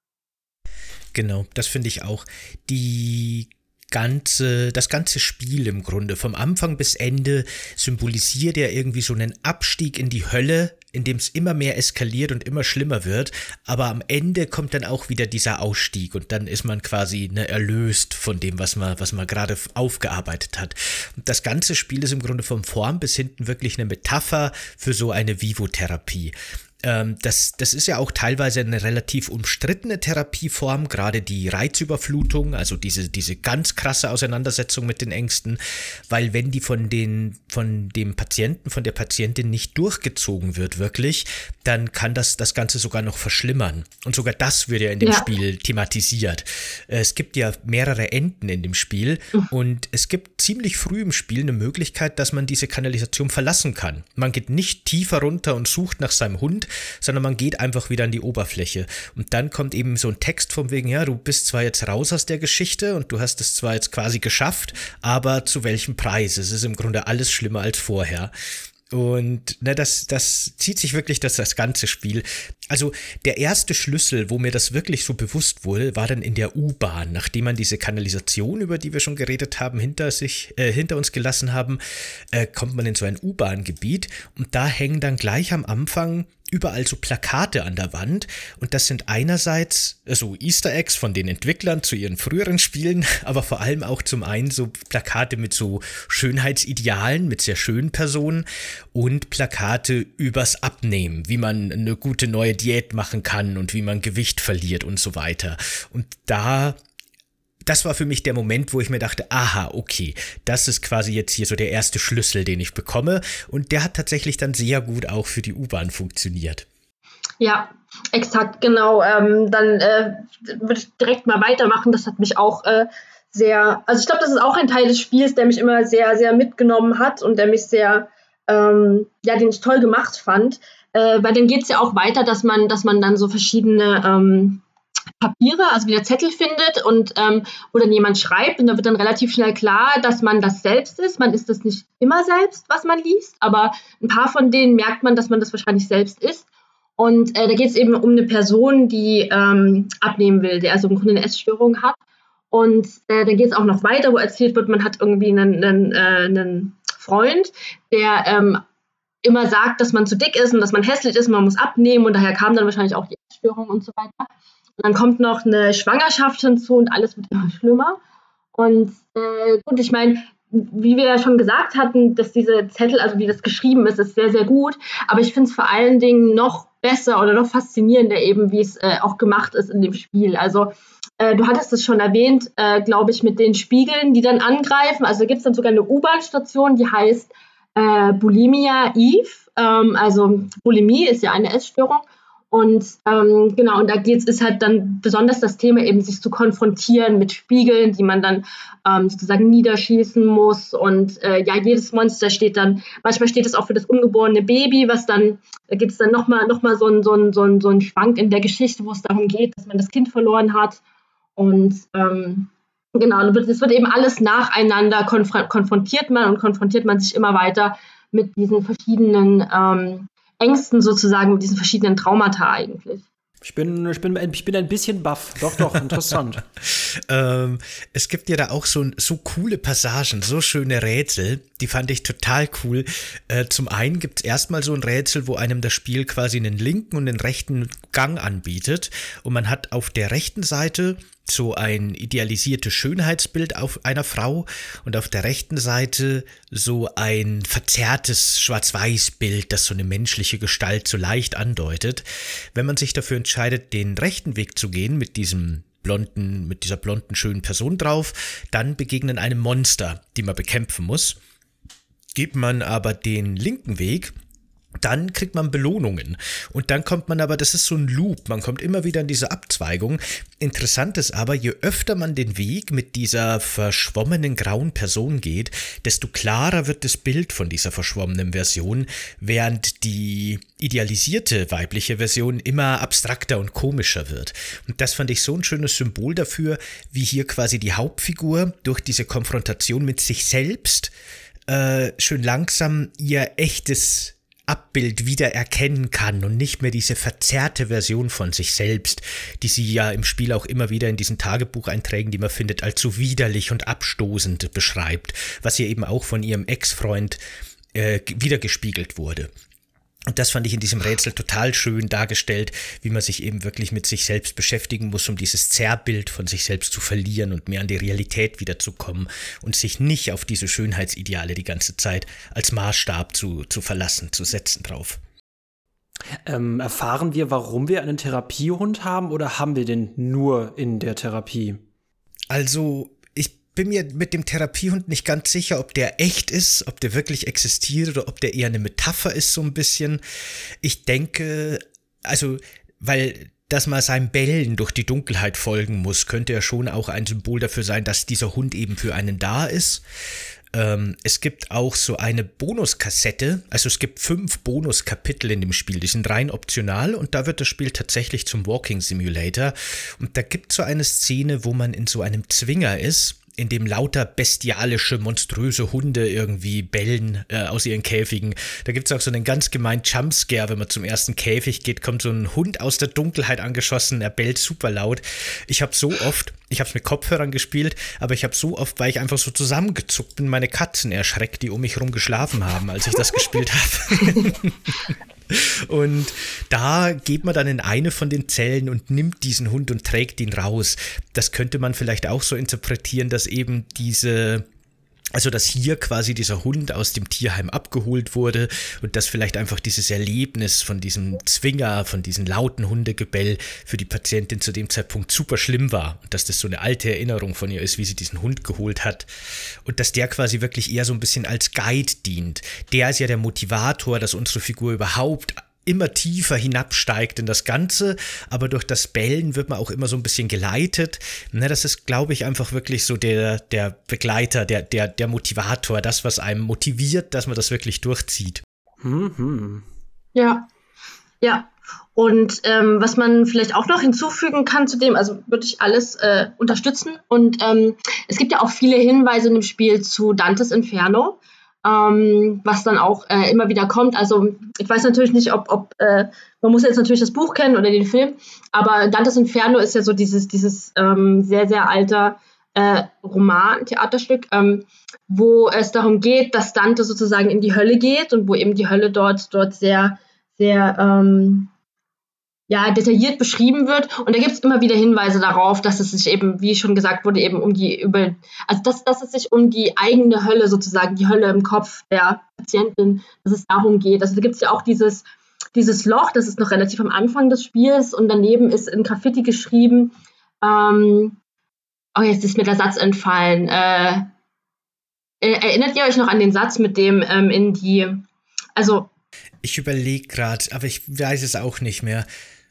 Genau, das finde ich auch. Die Ganze, das ganze Spiel im Grunde, vom Anfang bis Ende, symbolisiert ja irgendwie so einen Abstieg in die Hölle, in dem es immer mehr eskaliert und immer schlimmer wird, aber am Ende kommt dann auch wieder dieser Ausstieg und dann ist man quasi ne, erlöst von dem, was man, was man gerade aufgearbeitet hat. Und das ganze Spiel ist im Grunde von vorn bis hinten wirklich eine Metapher für so eine Vivo-Therapie. Ähm, das, das ist ja auch teilweise eine relativ umstrittene Therapieform, gerade die Reizüberflutung, also diese, diese ganz krasse Auseinandersetzung mit den Ängsten, weil wenn die von, den, von dem Patienten, von der Patientin nicht durchgezogen wird wirklich, dann kann das das Ganze sogar noch verschlimmern. Und sogar das wird ja in dem ja. Spiel thematisiert. Es gibt ja mehrere Enden in dem Spiel mhm. und es gibt ziemlich früh im Spiel eine Möglichkeit, dass man diese Kanalisation verlassen kann. Man geht nicht tiefer runter und sucht nach seinem Hund, sondern man geht einfach wieder an die Oberfläche. Und dann kommt eben so ein Text von wegen, ja, du bist zwar jetzt raus aus der Geschichte und du hast es zwar jetzt quasi geschafft, aber zu welchem Preis? Es ist im Grunde alles schlimmer als vorher. Und ne, das, das zieht sich wirklich das, das ganze Spiel. Also der erste Schlüssel, wo mir das wirklich so bewusst wurde, war dann in der U-Bahn. Nachdem man diese Kanalisation, über die wir schon geredet haben, hinter sich, äh, hinter uns gelassen haben, äh, kommt man in so ein U-Bahn-Gebiet und da hängen dann gleich am Anfang überall so Plakate an der Wand und das sind einerseits so Easter Eggs von den Entwicklern zu ihren früheren Spielen, aber vor allem auch zum einen so Plakate mit so Schönheitsidealen, mit sehr schönen Personen und Plakate übers Abnehmen, wie man eine gute neue Diät machen kann und wie man Gewicht verliert und so weiter. Und da Das war für mich der Moment, wo ich mir dachte, aha, okay, das ist quasi jetzt hier so der erste Schlüssel, den ich bekomme. Und der hat tatsächlich dann sehr gut auch für die U-Bahn funktioniert. Ja, exakt, genau. Ähm, dann äh, würde ich direkt mal weitermachen. Das hat mich auch äh, sehr, also ich glaube, das ist auch ein Teil des Spiels, der mich immer sehr, sehr mitgenommen hat und der mich sehr, ähm, ja, den ich toll gemacht fand. Äh, weil dann geht es ja auch weiter, dass man, dass man dann so verschiedene ähm, Papiere, also wieder Zettel findet und ähm, wo dann jemand schreibt und da wird dann relativ schnell klar, dass man das selbst ist. Man ist das nicht immer selbst, was man liest, aber ein paar von denen merkt man, dass man das wahrscheinlich selbst ist. Und äh, da geht es eben um eine Person, die ähm, abnehmen will, die also im Grunde eine Essstörung hat. Und äh, dann geht es auch noch weiter, wo erzählt wird, man hat irgendwie einen, einen, äh, einen Freund, der ähm, immer sagt, dass man zu dick ist und dass man hässlich ist und man muss abnehmen und daher kam dann wahrscheinlich auch die Essstörung und so weiter. Und dann kommt noch eine Schwangerschaft hinzu und alles wird immer schlimmer. Und äh, gut, ich meine, wie wir ja schon gesagt hatten, dass diese Zettel, also wie das geschrieben ist, ist sehr, sehr gut. Aber ich finde es vor allen Dingen noch besser oder noch faszinierender eben, wie es äh, auch gemacht ist in dem Spiel. Also äh, du hattest es schon erwähnt, äh, glaube ich, mit den Spiegeln, die dann angreifen. Also gibt es dann sogar eine U-Bahn-Station, die heißt äh, Bulimia Eve. Ähm, also Bulimie ist ja eine Essstörung. Und ähm, genau, und da geht's, ist halt dann besonders das Thema eben, sich zu konfrontieren mit Spiegeln, die man dann ähm, sozusagen niederschießen muss. Und äh, ja, jedes Monster steht dann, manchmal steht es auch für das ungeborene Baby, was dann, da gibt es dann nochmal noch mal so einen so ein, so ein, so ein Schwank in der Geschichte, wo es darum geht, dass man das Kind verloren hat. Und ähm, genau, es wird eben alles nacheinander konf- konfrontiert man und konfrontiert man sich immer weiter mit diesen verschiedenen ähm, Ängsten sozusagen, mit diesen verschiedenen Traumata eigentlich. Ich bin, ich bin, ich bin ein bisschen baff. Doch, doch, interessant. ähm, es gibt ja da auch so, so coole Passagen, so schöne Rätsel, die fand ich total cool. Äh, zum einen gibt es erstmal so ein Rätsel, wo einem das Spiel quasi einen linken und einen rechten Gang anbietet und man hat auf der rechten Seite so ein idealisiertes Schönheitsbild auf einer Frau und auf der rechten Seite so ein verzerrtes Schwarz-Weiß-Bild, das so eine menschliche Gestalt so leicht andeutet. Wenn man sich dafür entscheidet, den rechten Weg zu gehen mit diesem blonden, mit dieser blonden, schönen Person drauf, dann begegnen einem Monster, die man bekämpfen muss. Geht man aber den linken Weg, dann kriegt man Belohnungen und dann kommt man aber, das ist so ein Loop, man kommt immer wieder in diese Abzweigung. Interessant ist aber, je öfter man den Weg mit dieser verschwommenen grauen Person geht, desto klarer wird das Bild von dieser verschwommenen Version, während die idealisierte weibliche Version immer abstrakter und komischer wird. Und das fand ich so ein schönes Symbol dafür, wie hier quasi die Hauptfigur durch diese Konfrontation mit sich selbst äh, schön langsam ihr echtes Abbild wieder erkennen kann und nicht mehr diese verzerrte Version von sich selbst, die sie ja im Spiel auch immer wieder in diesen Tagebucheinträgen, die man findet, als so widerlich und abstoßend beschreibt, was ihr eben auch von ihrem Ex-Freund äh, wiedergespiegelt wurde. Und das fand ich in diesem Rätsel total schön dargestellt, wie man sich eben wirklich mit sich selbst beschäftigen muss, um dieses Zerrbild von sich selbst zu verlieren und mehr an die Realität wiederzukommen und sich nicht auf diese Schönheitsideale die ganze Zeit als Maßstab zu, zu verlassen, zu setzen drauf. Ähm, erfahren wir, warum wir einen Therapiehund haben oder haben wir den nur in der Therapie? Also, ich bin mir mit dem Therapiehund nicht ganz sicher, ob der echt ist, ob der wirklich existiert oder ob der eher eine Metapher ist, so ein bisschen. Ich denke, also, weil, dass man seinem Bellen durch die Dunkelheit folgen muss, könnte ja schon auch ein Symbol dafür sein, dass dieser Hund eben für einen da ist. Ähm, es gibt auch so eine Bonuskassette, also es gibt fünf Bonuskapitel in dem Spiel, die sind rein optional und da wird das Spiel tatsächlich zum Walking Simulator und da gibt es so eine Szene, wo man in so einem Zwinger ist, in dem lauter bestialische, monströse Hunde irgendwie bellen äh, aus ihren Käfigen. Da gibt es auch so einen ganz gemeinen Jumpscare, wenn man zum ersten Käfig geht, kommt so ein Hund aus der Dunkelheit angeschossen, er bellt super laut. Ich habe so oft, ich habe es mit Kopfhörern gespielt, aber ich habe so oft, weil ich einfach so zusammengezuckt bin, meine Katzen erschreckt, die um mich herum geschlafen haben, als ich das gespielt habe. Und da geht man dann in eine von den Zellen und nimmt diesen Hund und trägt ihn raus. Das könnte man vielleicht auch so interpretieren, dass eben diese, also dass hier quasi dieser Hund aus dem Tierheim abgeholt wurde und dass vielleicht einfach dieses Erlebnis von diesem Zwinger, von diesem lauten Hundegebell für die Patientin zu dem Zeitpunkt super schlimm war und dass das so eine alte Erinnerung von ihr ist, wie sie diesen Hund geholt hat und dass der quasi wirklich eher so ein bisschen als Guide dient. Der ist ja der Motivator, dass unsere Figur überhaupt immer tiefer hinabsteigt in das Ganze, aber durch das Bellen wird man auch immer so ein bisschen geleitet. Ne, das ist, glaube ich, einfach wirklich so der, der Begleiter, der, der, der Motivator, das, was einem motiviert, dass man das wirklich durchzieht. Mhm. Ja, ja. Und ähm, was man vielleicht auch noch hinzufügen kann zu dem, also würde ich alles äh, unterstützen. Und ähm, es gibt ja auch viele Hinweise in dem Spiel zu Dantes Inferno. Ähm, was dann auch äh, immer wieder kommt. Also ich weiß natürlich nicht, ob, ob äh, man muss jetzt natürlich das Buch kennen oder den Film, aber Dantes Inferno ist ja so dieses, dieses ähm, sehr, sehr alter äh, Roman, Theaterstück, ähm, wo es darum geht, dass Dante sozusagen in die Hölle geht und wo eben die Hölle dort, dort sehr, sehr ähm, ja, detailliert beschrieben wird. Und da gibt es immer wieder Hinweise darauf, dass es sich eben, wie schon gesagt wurde, eben um die über, also dass, dass es sich um die eigene Hölle sozusagen, die Hölle im Kopf der Patientin, dass es darum geht. Also da gibt es ja auch dieses, dieses Loch, das ist noch relativ am Anfang des Spiels und daneben ist in Graffiti geschrieben, ähm, oh, jetzt ist mir der Satz entfallen. Äh, erinnert ihr euch noch an den Satz mit dem ähm, in die, also ich überlege gerade, aber ich weiß es auch nicht mehr.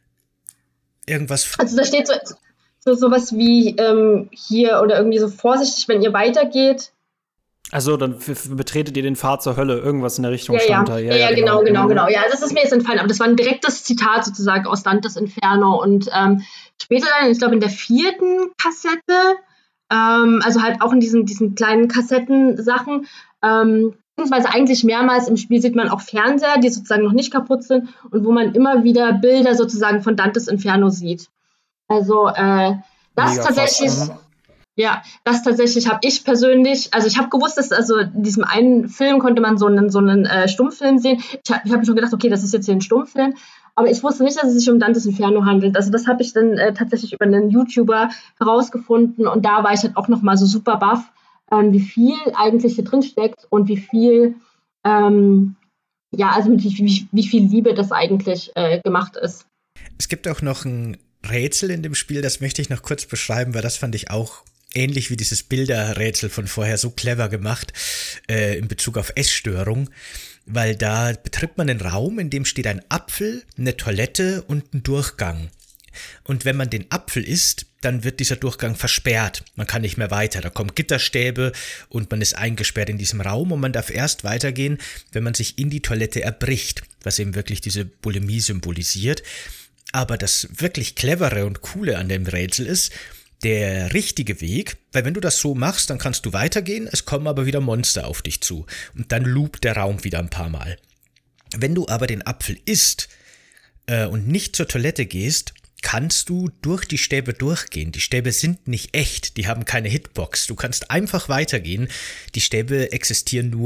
Irgendwas. Also da steht so, so sowas wie ähm, hier oder irgendwie so vorsichtig, wenn ihr weitergeht. Also dann f- f- betretet ihr den Pfad zur Hölle, irgendwas in der Richtung Ja, stand ja. da. Ja, ja, ja, genau, genau, genau. Ja, das ist mir jetzt entfallen, aber das war ein direktes Zitat sozusagen aus Dantes Inferno. Und ähm, später dann, ich glaube in der vierten Kassette, ähm, also halt auch in diesen, diesen kleinen Kassettensachen, ähm, beziehungsweise eigentlich mehrmals im Spiel sieht man auch Fernseher, die sozusagen noch nicht kaputt sind und wo man immer wieder Bilder sozusagen von Dantes Inferno sieht. Also äh, das Mega tatsächlich, fast, mhm. ja, das tatsächlich habe ich persönlich, also ich habe gewusst, dass also in diesem einen Film konnte man so einen, so einen äh, Stummfilm sehen. Ich habe ich hab schon gedacht, okay, das ist jetzt hier ein Stummfilm, aber ich wusste nicht, dass es sich um Dantes Inferno handelt. Also das habe ich dann äh, tatsächlich über einen YouTuber herausgefunden und da war ich halt auch nochmal so super baff, wie viel eigentlich hier drin steckt und wie viel, ähm, ja, also mit wie, wie, wie viel Liebe das eigentlich äh, gemacht ist. Es gibt auch noch ein Rätsel in dem Spiel, das möchte ich noch kurz beschreiben, weil das fand ich auch ähnlich wie dieses Bilderrätsel von vorher so clever gemacht äh, in Bezug auf Essstörung, weil da betritt man einen Raum, in dem steht ein Apfel, eine Toilette und ein Durchgang. Und wenn man den Apfel isst, dann wird dieser Durchgang versperrt. Man kann nicht mehr weiter. Da kommen Gitterstäbe und man ist eingesperrt in diesem Raum und man darf erst weitergehen, wenn man sich in die Toilette erbricht, was eben wirklich diese Bulimie symbolisiert. Aber das wirklich Clevere und Coole an dem Rätsel ist, der richtige Weg, weil wenn du das so machst, dann kannst du weitergehen, es kommen aber wieder Monster auf dich zu und dann loopt der Raum wieder ein paar Mal. Wenn du aber den Apfel isst äh, und nicht zur Toilette gehst, kannst du durch die Stäbe durchgehen. Die Stäbe sind nicht echt, die haben keine Hitbox. Du kannst einfach weitergehen. Die Stäbe existieren nur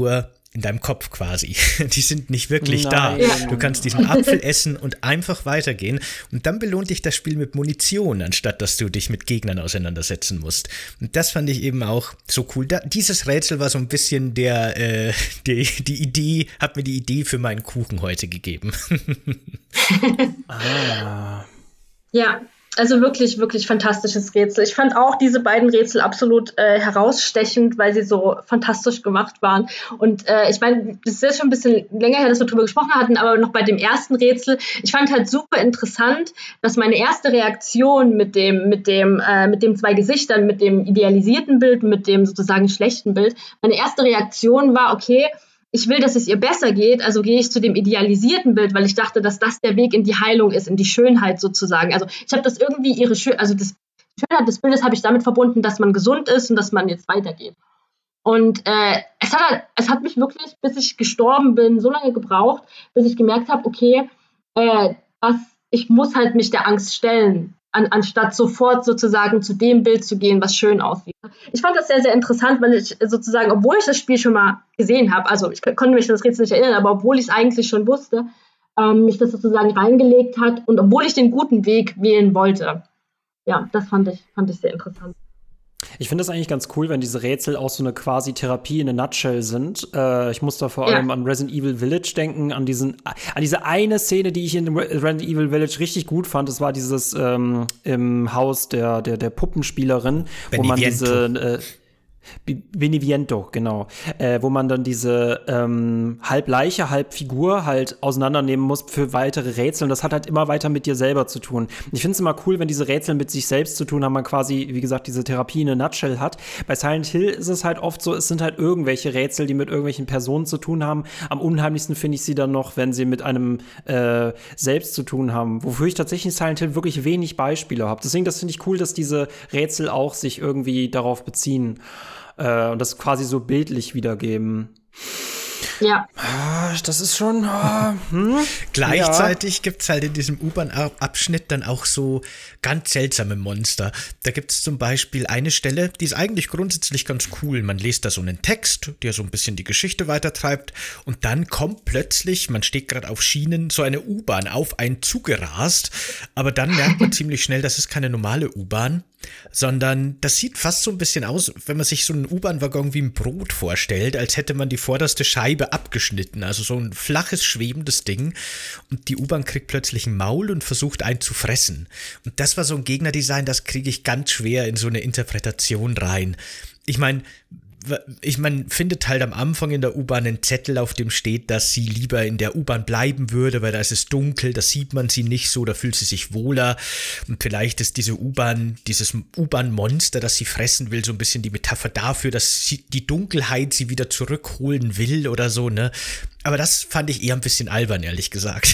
in deinem Kopf quasi. Die sind nicht wirklich Nein. da. Ja. Du kannst diesen Apfel essen und einfach weitergehen. Und dann belohnt dich das Spiel mit Munition, anstatt dass du dich mit Gegnern auseinandersetzen musst. Und das fand ich eben auch so cool. Da, dieses Rätsel war so ein bisschen der, äh, die, die Idee, hat mir die Idee für meinen Kuchen heute gegeben. Ah. Ja, also wirklich, wirklich fantastisches Rätsel. Ich fand auch diese beiden Rätsel absolut äh, herausstechend, weil sie so fantastisch gemacht waren. Und äh, ich meine, das ist jetzt schon ein bisschen länger her, dass wir darüber gesprochen hatten, aber noch bei dem ersten Rätsel, ich fand halt super interessant, dass meine erste Reaktion mit dem, mit dem, äh, mit dem zwei Gesichtern, mit dem idealisierten Bild, mit dem sozusagen schlechten Bild, meine erste Reaktion war, okay, ich will, dass es ihr besser geht, also gehe ich zu dem idealisierten Bild, weil ich dachte, dass das der Weg in die Heilung ist, in die Schönheit sozusagen. Also ich habe das irgendwie ihre Schön also das Schönheit des Bildes habe ich damit verbunden, dass man gesund ist und dass man jetzt weitergeht. Und äh, es hat halt, es hat mich wirklich, bis ich gestorben bin, so lange gebraucht, bis ich gemerkt habe, okay, äh, was, ich muss halt mich der Angst stellen, an, anstatt sofort sozusagen zu dem Bild zu gehen, was schön aussieht. Ich fand das sehr, sehr interessant, weil ich sozusagen, obwohl ich das Spiel schon mal gesehen habe, also ich konnte mich an das Rätsel nicht erinnern, aber obwohl ich es eigentlich schon wusste, ähm, mich das sozusagen reingelegt hat und obwohl ich den guten Weg wählen wollte. Ja, das fand ich, fand ich sehr interessant. Ich finde das eigentlich ganz cool, wenn diese Rätsel auch so eine quasi Therapie in a nutshell sind. Äh, ich muss da vor Ja. allem an Resident Evil Village denken, an diesen, an diese eine Szene, die ich in Resident Evil Village richtig gut fand. Das war dieses ähm, im Haus der, der, der Puppenspielerin, wo man diese äh, Beneviento, genau. Äh, wo man dann diese ähm, halb Leiche, halb Figur halt auseinandernehmen muss für weitere Rätsel. Und das hat halt immer weiter mit dir selber zu tun. Ich finde es immer cool, wenn diese Rätsel mit sich selbst zu tun haben, man quasi, wie gesagt, diese Therapie in a nutshell hat. Bei Silent Hill ist es halt oft so, es sind halt irgendwelche Rätsel, die mit irgendwelchen Personen zu tun haben. Am unheimlichsten finde ich sie dann noch, wenn sie mit einem äh, selbst zu tun haben. Wofür ich tatsächlich in Silent Hill wirklich wenig Beispiele habe. Deswegen, das finde ich cool, dass diese Rätsel auch sich irgendwie darauf beziehen. Und das quasi so bildlich wiedergeben. Ja. Das ist schon. Oh, hm? Gleichzeitig ja. Gibt es halt in diesem U-Bahn-Abschnitt dann auch so ganz seltsame Monster. Da gibt es zum Beispiel eine Stelle, die ist eigentlich grundsätzlich ganz cool. Man liest da so einen Text, der so ein bisschen die Geschichte weitertreibt. Und dann kommt plötzlich, man steht gerade auf Schienen, so eine U-Bahn auf einen zugerast. Aber dann merkt man ziemlich schnell, das ist keine normale U-Bahn, sondern das sieht fast so ein bisschen aus, wenn man sich so einen U-Bahn-Waggon wie ein Brot vorstellt, als hätte man die vorderste Scheibe abgeschnitten, also so ein flaches, schwebendes Ding, und die U-Bahn kriegt plötzlich ein Maul und versucht einen zu fressen. Und das war so ein Gegnerdesign, das kriege ich ganz schwer in so eine Interpretation rein. Ich meine, ich meine, findet halt am Anfang in der U-Bahn einen Zettel, auf dem steht, dass sie lieber in der U-Bahn bleiben würde, weil da ist es dunkel, da sieht man sie nicht so, da fühlt sie sich wohler. Und vielleicht ist diese U-Bahn, dieses U-Bahn-Monster, das sie fressen will, so ein bisschen die Metapher dafür, dass sie, die Dunkelheit sie wieder zurückholen will oder so, ne? Aber das fand ich eher ein bisschen albern, ehrlich gesagt.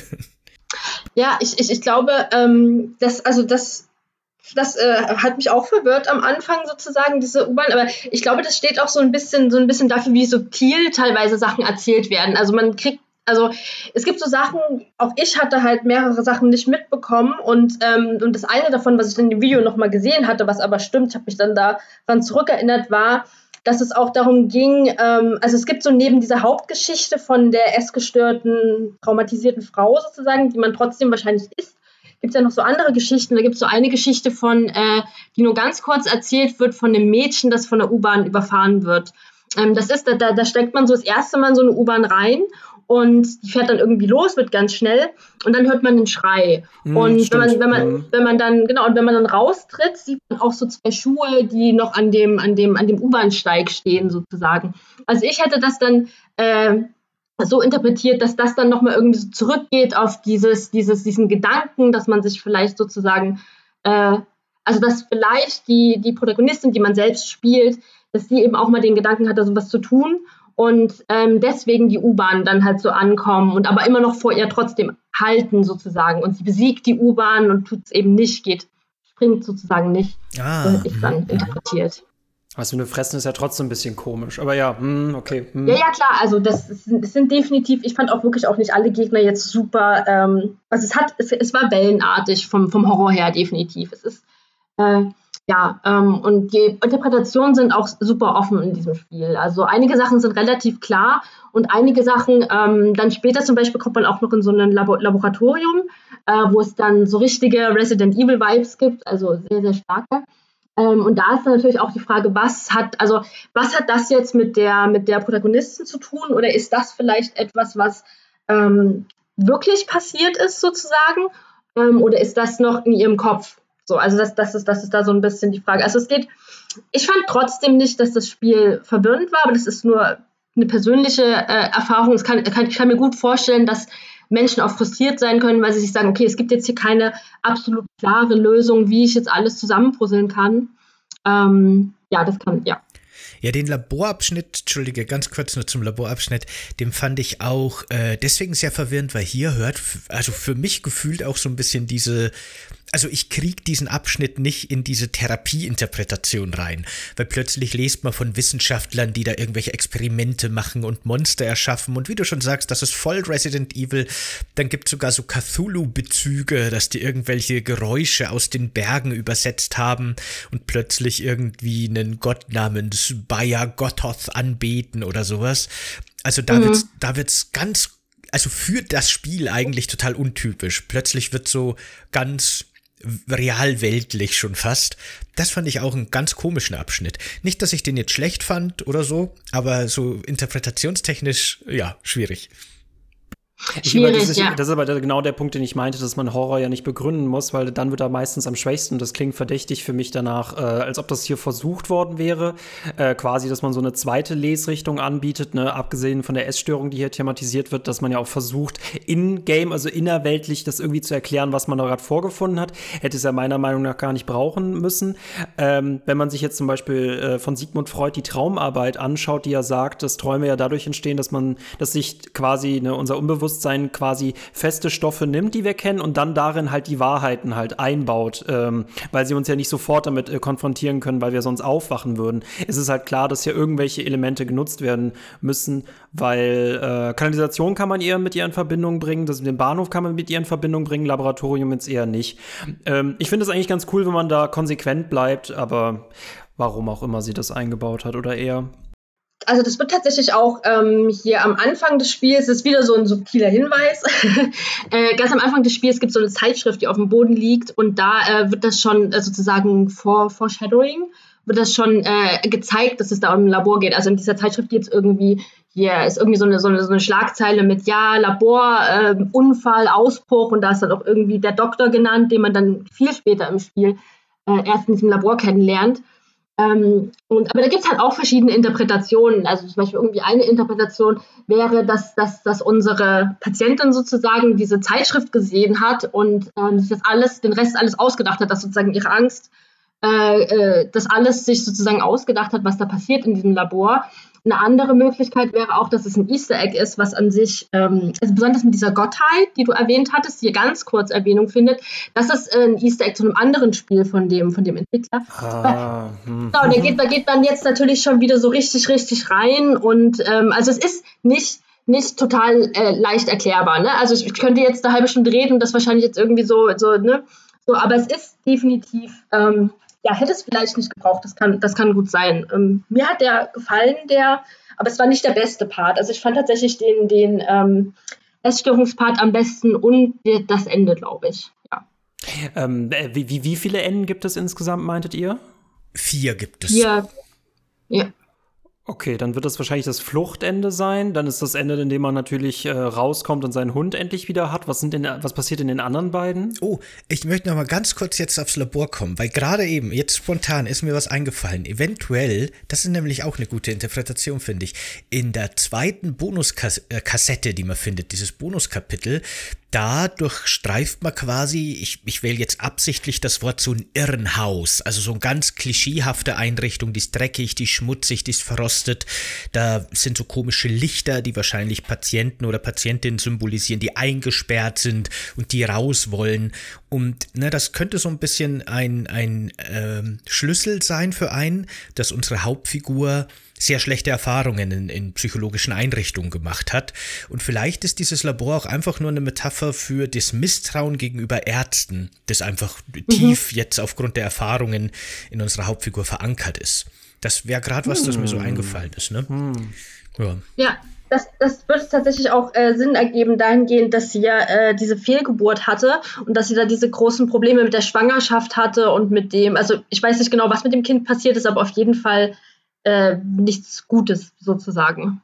Ja, ich, ich, ich glaube, ähm, dass, also das Das äh, hat mich auch verwirrt am Anfang sozusagen, diese U-Bahn, aber ich glaube, das steht auch so ein bisschen, so ein bisschen dafür, wie subtil teilweise Sachen erzählt werden. Also man kriegt, also es gibt so Sachen, auch ich hatte halt mehrere Sachen nicht mitbekommen und, ähm, und das eine davon, was ich in dem Video nochmal gesehen hatte, was aber stimmt, ich habe mich dann daran zurückerinnert, war, dass es auch darum ging, ähm, also es gibt so neben dieser Hauptgeschichte von der essgestörten, traumatisierten Frau sozusagen, die man trotzdem wahrscheinlich ist, gibt es ja noch so andere Geschichten. Da gibt es so eine Geschichte von, äh, die nur ganz kurz erzählt wird von einem Mädchen, das von der U-Bahn überfahren wird. Ähm, das ist, da, da steckt man so das erste Mal in so eine U-Bahn rein und die fährt dann irgendwie los, wird ganz schnell und dann hört man einen Schrei. Mm, und wenn man, wenn man, mm. wenn man dann, genau, und wenn man dann raustritt, sieht man auch so zwei Schuhe, die noch an dem, an dem, an dem U-Bahn-Steig stehen sozusagen. Also ich hätte das dann äh, so interpretiert, dass das dann nochmal irgendwie so zurückgeht auf dieses, dieses, diesen Gedanken, dass man sich vielleicht sozusagen, äh, also dass vielleicht die, die Protagonistin, die man selbst spielt, dass die eben auch mal den Gedanken hat, da sowas zu tun und ähm, deswegen die U-Bahn dann halt so ankommen und aber immer noch vor ihr trotzdem halten sozusagen und sie besiegt die U-Bahn und tut es eben nicht, geht, springt sozusagen nicht. Ah, so hätte ich es dann ja. interpretiert. Was wir nur fressen, ist ja trotzdem ein bisschen komisch. Aber ja, hm, okay. Hm. Ja, ja, klar. Also das, das sind definitiv, ich fand auch wirklich auch nicht alle Gegner jetzt super, ähm, also es hat, es, es war wellenartig vom, vom Horror her definitiv. Es ist, äh, Ja, ähm, und die Interpretationen sind auch super offen in diesem Spiel. Also einige Sachen sind relativ klar und einige Sachen, ähm, dann später zum Beispiel kommt man auch noch in so ein Labo- Laboratorium, äh, wo es dann so richtige Resident Evil Vibes gibt, also sehr, sehr starke. Ähm, und da ist dann natürlich auch die Frage, was hat, also was hat das jetzt mit der, mit der Protagonistin zu tun? Oder ist das vielleicht etwas, was ähm, wirklich passiert ist, sozusagen? Ähm, oder ist das noch in ihrem Kopf? So, also das, das, ist, das ist da so ein bisschen die Frage. Also es geht, ich fand trotzdem nicht, dass das Spiel verwirrend war, aber das ist nur eine persönliche äh, Erfahrung. Es kann, kann, ich kann mir gut vorstellen, dass Menschen auch frustriert sein können, weil sie sich sagen, okay, es gibt jetzt hier keine absolut klare Lösung, wie ich jetzt alles zusammenpuzzeln kann. Ähm, ja, das kann, ja. Ja, den Laborabschnitt, Entschuldige, ganz kurz nur zum Laborabschnitt, den fand ich auch äh, deswegen sehr verwirrend, weil hier hört, also für mich gefühlt auch so ein bisschen diese, also ich krieg diesen Abschnitt nicht in diese Therapieinterpretation rein, weil plötzlich liest man von Wissenschaftlern, die da irgendwelche Experimente machen und Monster erschaffen und wie du schon sagst, das ist voll Resident Evil, dann gibt es sogar so Cthulhu-Bezüge, dass die irgendwelche Geräusche aus den Bergen übersetzt haben und plötzlich irgendwie einen Gott namens Bayer Gothoth anbeten oder sowas. Also da mhm. wird's, da wird's ganz, also für das Spiel eigentlich total untypisch. Plötzlich wird so ganz realweltlich schon fast. Das fand ich auch einen ganz komischen Abschnitt. Nicht, dass ich den jetzt schlecht fand oder so, aber so interpretationstechnisch, ja, schwierig. Schwierig, das, ist, ja. das ist aber genau der Punkt, den ich meinte, dass man Horror ja nicht begründen muss, weil dann wird er meistens am schwächsten. Das klingt verdächtig für mich danach, äh, als ob das hier versucht worden wäre. Äh, quasi, dass man so eine zweite Lesrichtung anbietet, ne? Abgesehen von der Essstörung, die hier thematisiert wird, dass man ja auch versucht, in-game, also innerweltlich, das irgendwie zu erklären, was man da gerade vorgefunden hat. Hätte es ja meiner Meinung nach gar nicht brauchen müssen. Ähm, wenn man sich jetzt zum Beispiel äh, von Sigmund Freud die Traumarbeit anschaut, die ja sagt, dass Träume ja dadurch entstehen, dass man, dass sich quasi ne, unser Unbewusstes Bewusstsein quasi feste Stoffe nimmt, die wir kennen und dann darin halt die Wahrheiten halt einbaut, ähm, weil sie uns ja nicht sofort damit äh, konfrontieren können, weil wir sonst aufwachen würden. Es ist halt klar, dass hier irgendwelche Elemente genutzt werden müssen, weil äh, Kanalisation kann man eher mit ihr in Verbindung bringen, das, den Bahnhof kann man mit ihr in Verbindung bringen, Laboratorium jetzt eher nicht. Ähm, ich finde es eigentlich ganz cool, wenn man da konsequent bleibt, aber warum auch immer sie das eingebaut hat oder eher Also das wird tatsächlich auch ähm, hier am Anfang des Spiels, das ist wieder so ein subtiler Hinweis, äh, ganz am Anfang des Spiels gibt es so eine Zeitschrift, die auf dem Boden liegt und da äh, wird das schon äh, sozusagen for, Foreshadowing, wird das schon äh, gezeigt, dass es da um ein Labor geht. Also in dieser Zeitschrift geht es irgendwie, hier ist irgendwie so eine, so eine, so eine Schlagzeile mit, ja, Labor, äh, Unfall, Ausbruch und da ist dann auch irgendwie der Doktor genannt, den man dann viel später im Spiel äh, erst in diesem Labor kennenlernt. Ähm, und, aber da gibt es halt auch verschiedene Interpretationen. Also zum Beispiel irgendwie eine Interpretation wäre, dass, dass, dass unsere Patientin sozusagen diese Zeitschrift gesehen hat und ähm, sich das alles, den Rest alles ausgedacht hat, dass sozusagen ihre Angst, äh, äh, das alles sich sozusagen ausgedacht hat, was da passiert in diesem Labor. Eine andere Möglichkeit wäre auch, dass es ein Easter Egg ist, was an sich, ähm, also besonders mit dieser Gottheit, die du erwähnt hattest, die hier ganz kurz Erwähnung findet, das ist äh, ein Easter Egg zu einem anderen Spiel von dem, von dem Entwickler. Ah, hm. So, da geht, da geht man jetzt natürlich schon wieder so richtig, richtig rein und ähm, also es ist nicht nicht total äh, leicht erklärbar, ne? Also ich, ich könnte jetzt eine halbe Stunde reden und das wahrscheinlich jetzt irgendwie so, so, ne? So, aber es ist definitiv ähm, ja, hätte es vielleicht nicht gebraucht, das kann, das kann gut sein. Ähm, mir hat der gefallen, der, aber es war nicht der beste Part. Also ich fand tatsächlich den, den ähm, Essstörungspart am besten und das Ende, glaube ich. Ja. Ähm, wie, wie, wie viele Enden gibt es insgesamt, meintet ihr? Vier gibt es. Ja. Ja. Okay, dann wird das wahrscheinlich das Fluchtende sein. Dann ist das Ende, in dem man natürlich äh, rauskommt und seinen Hund endlich wieder hat. Was, sind denn, was passiert in den anderen beiden? Oh, ich möchte noch mal ganz kurz jetzt aufs Labor kommen, weil gerade eben, jetzt spontan, ist mir was eingefallen. Eventuell, das ist nämlich auch eine gute Interpretation, finde ich, in der zweiten Bonuskassette, die man findet, dieses Bonuskapitel, da durchstreift man quasi, ich, ich wähle jetzt absichtlich das Wort, so ein Irrenhaus. Also so eine ganz klischeehafte Einrichtung, die ist dreckig, die ist schmutzig, die ist verrostet. verrostet. Da sind so komische Lichter, die wahrscheinlich Patienten oder Patientinnen symbolisieren, die eingesperrt sind und die raus wollen. Und ne, das könnte so ein bisschen ein, ein ähm, Schlüssel sein für einen, dass unsere Hauptfigur sehr schlechte Erfahrungen in, in psychologischen Einrichtungen gemacht hat. Und vielleicht ist dieses Labor auch einfach nur eine Metapher für das Misstrauen gegenüber Ärzten, das einfach mhm. tief jetzt aufgrund der Erfahrungen in unserer Hauptfigur verankert ist. Das wäre gerade was, das mir so eingefallen ist. Ne? Mhm. Ja. ja. Das, das würde tatsächlich auch äh, Sinn ergeben dahingehend, dass sie ja äh, diese Fehlgeburt hatte und dass sie da diese großen Probleme mit der Schwangerschaft hatte und mit dem, also ich weiß nicht genau, was mit dem Kind passiert ist, aber auf jeden Fall äh, nichts Gutes sozusagen.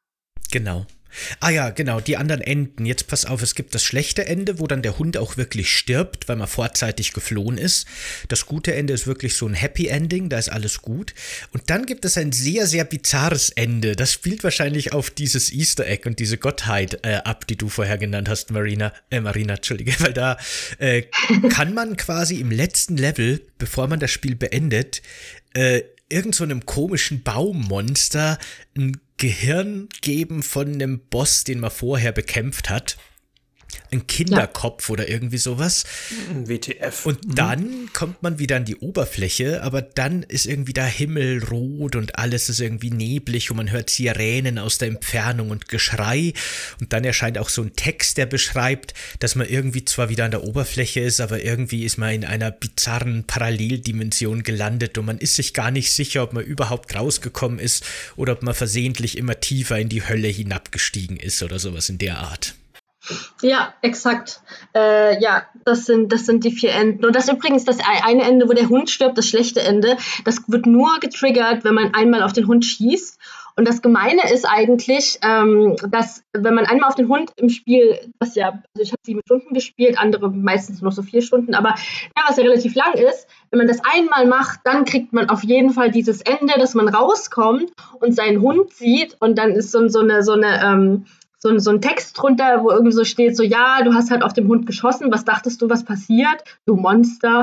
Genau. Ah ja, genau, die anderen Enden. Jetzt pass auf, es gibt das schlechte Ende, wo dann der Hund auch wirklich stirbt, weil man vorzeitig geflohen ist. Das gute Ende ist wirklich so ein Happy Ending, da ist alles gut. Und dann gibt es ein sehr, sehr bizarres Ende. Das spielt wahrscheinlich auf dieses Easter Egg und diese Gottheit äh, ab, die du vorher genannt hast, Marina. Äh, Marina, Entschuldige, weil da äh, kann man quasi im letzten Level, bevor man das Spiel beendet, äh, irgend so einem komischen Baummonster ein Gehirn geben von einem Boss, den man vorher bekämpft hat. Ein Kinderkopf ja. oder irgendwie sowas. W T F. Und dann kommt man wieder an die Oberfläche, aber dann ist irgendwie der Himmel rot und alles ist irgendwie neblig und man hört Sirenen aus der Entfernung und Geschrei. Und dann erscheint auch so ein Text, der beschreibt, dass man irgendwie zwar wieder an der Oberfläche ist, aber irgendwie ist man in einer bizarren Paralleldimension gelandet und man ist sich gar nicht sicher, ob man überhaupt rausgekommen ist oder ob man versehentlich immer tiefer in die Hölle hinabgestiegen ist oder sowas in der Art. Ja, exakt. Äh, ja, das sind, das sind die vier Enden. Und das ist übrigens das eine Ende, wo der Hund stirbt, das schlechte Ende. Das wird nur getriggert, wenn man einmal auf den Hund schießt. Und das Gemeine ist eigentlich, ähm, dass wenn man einmal auf den Hund im Spiel, was ja, also ich habe sieben Stunden gespielt, andere meistens nur so vier Stunden, aber ja, was ja relativ lang ist, wenn man das einmal macht, dann kriegt man auf jeden Fall dieses Ende, dass man rauskommt und seinen Hund sieht und dann ist so, so eine, so eine, ähm, So, so ein Text drunter, wo irgendwie so steht, so, ja, du hast halt auf den Hund geschossen, was dachtest du, was passiert? Du Monster.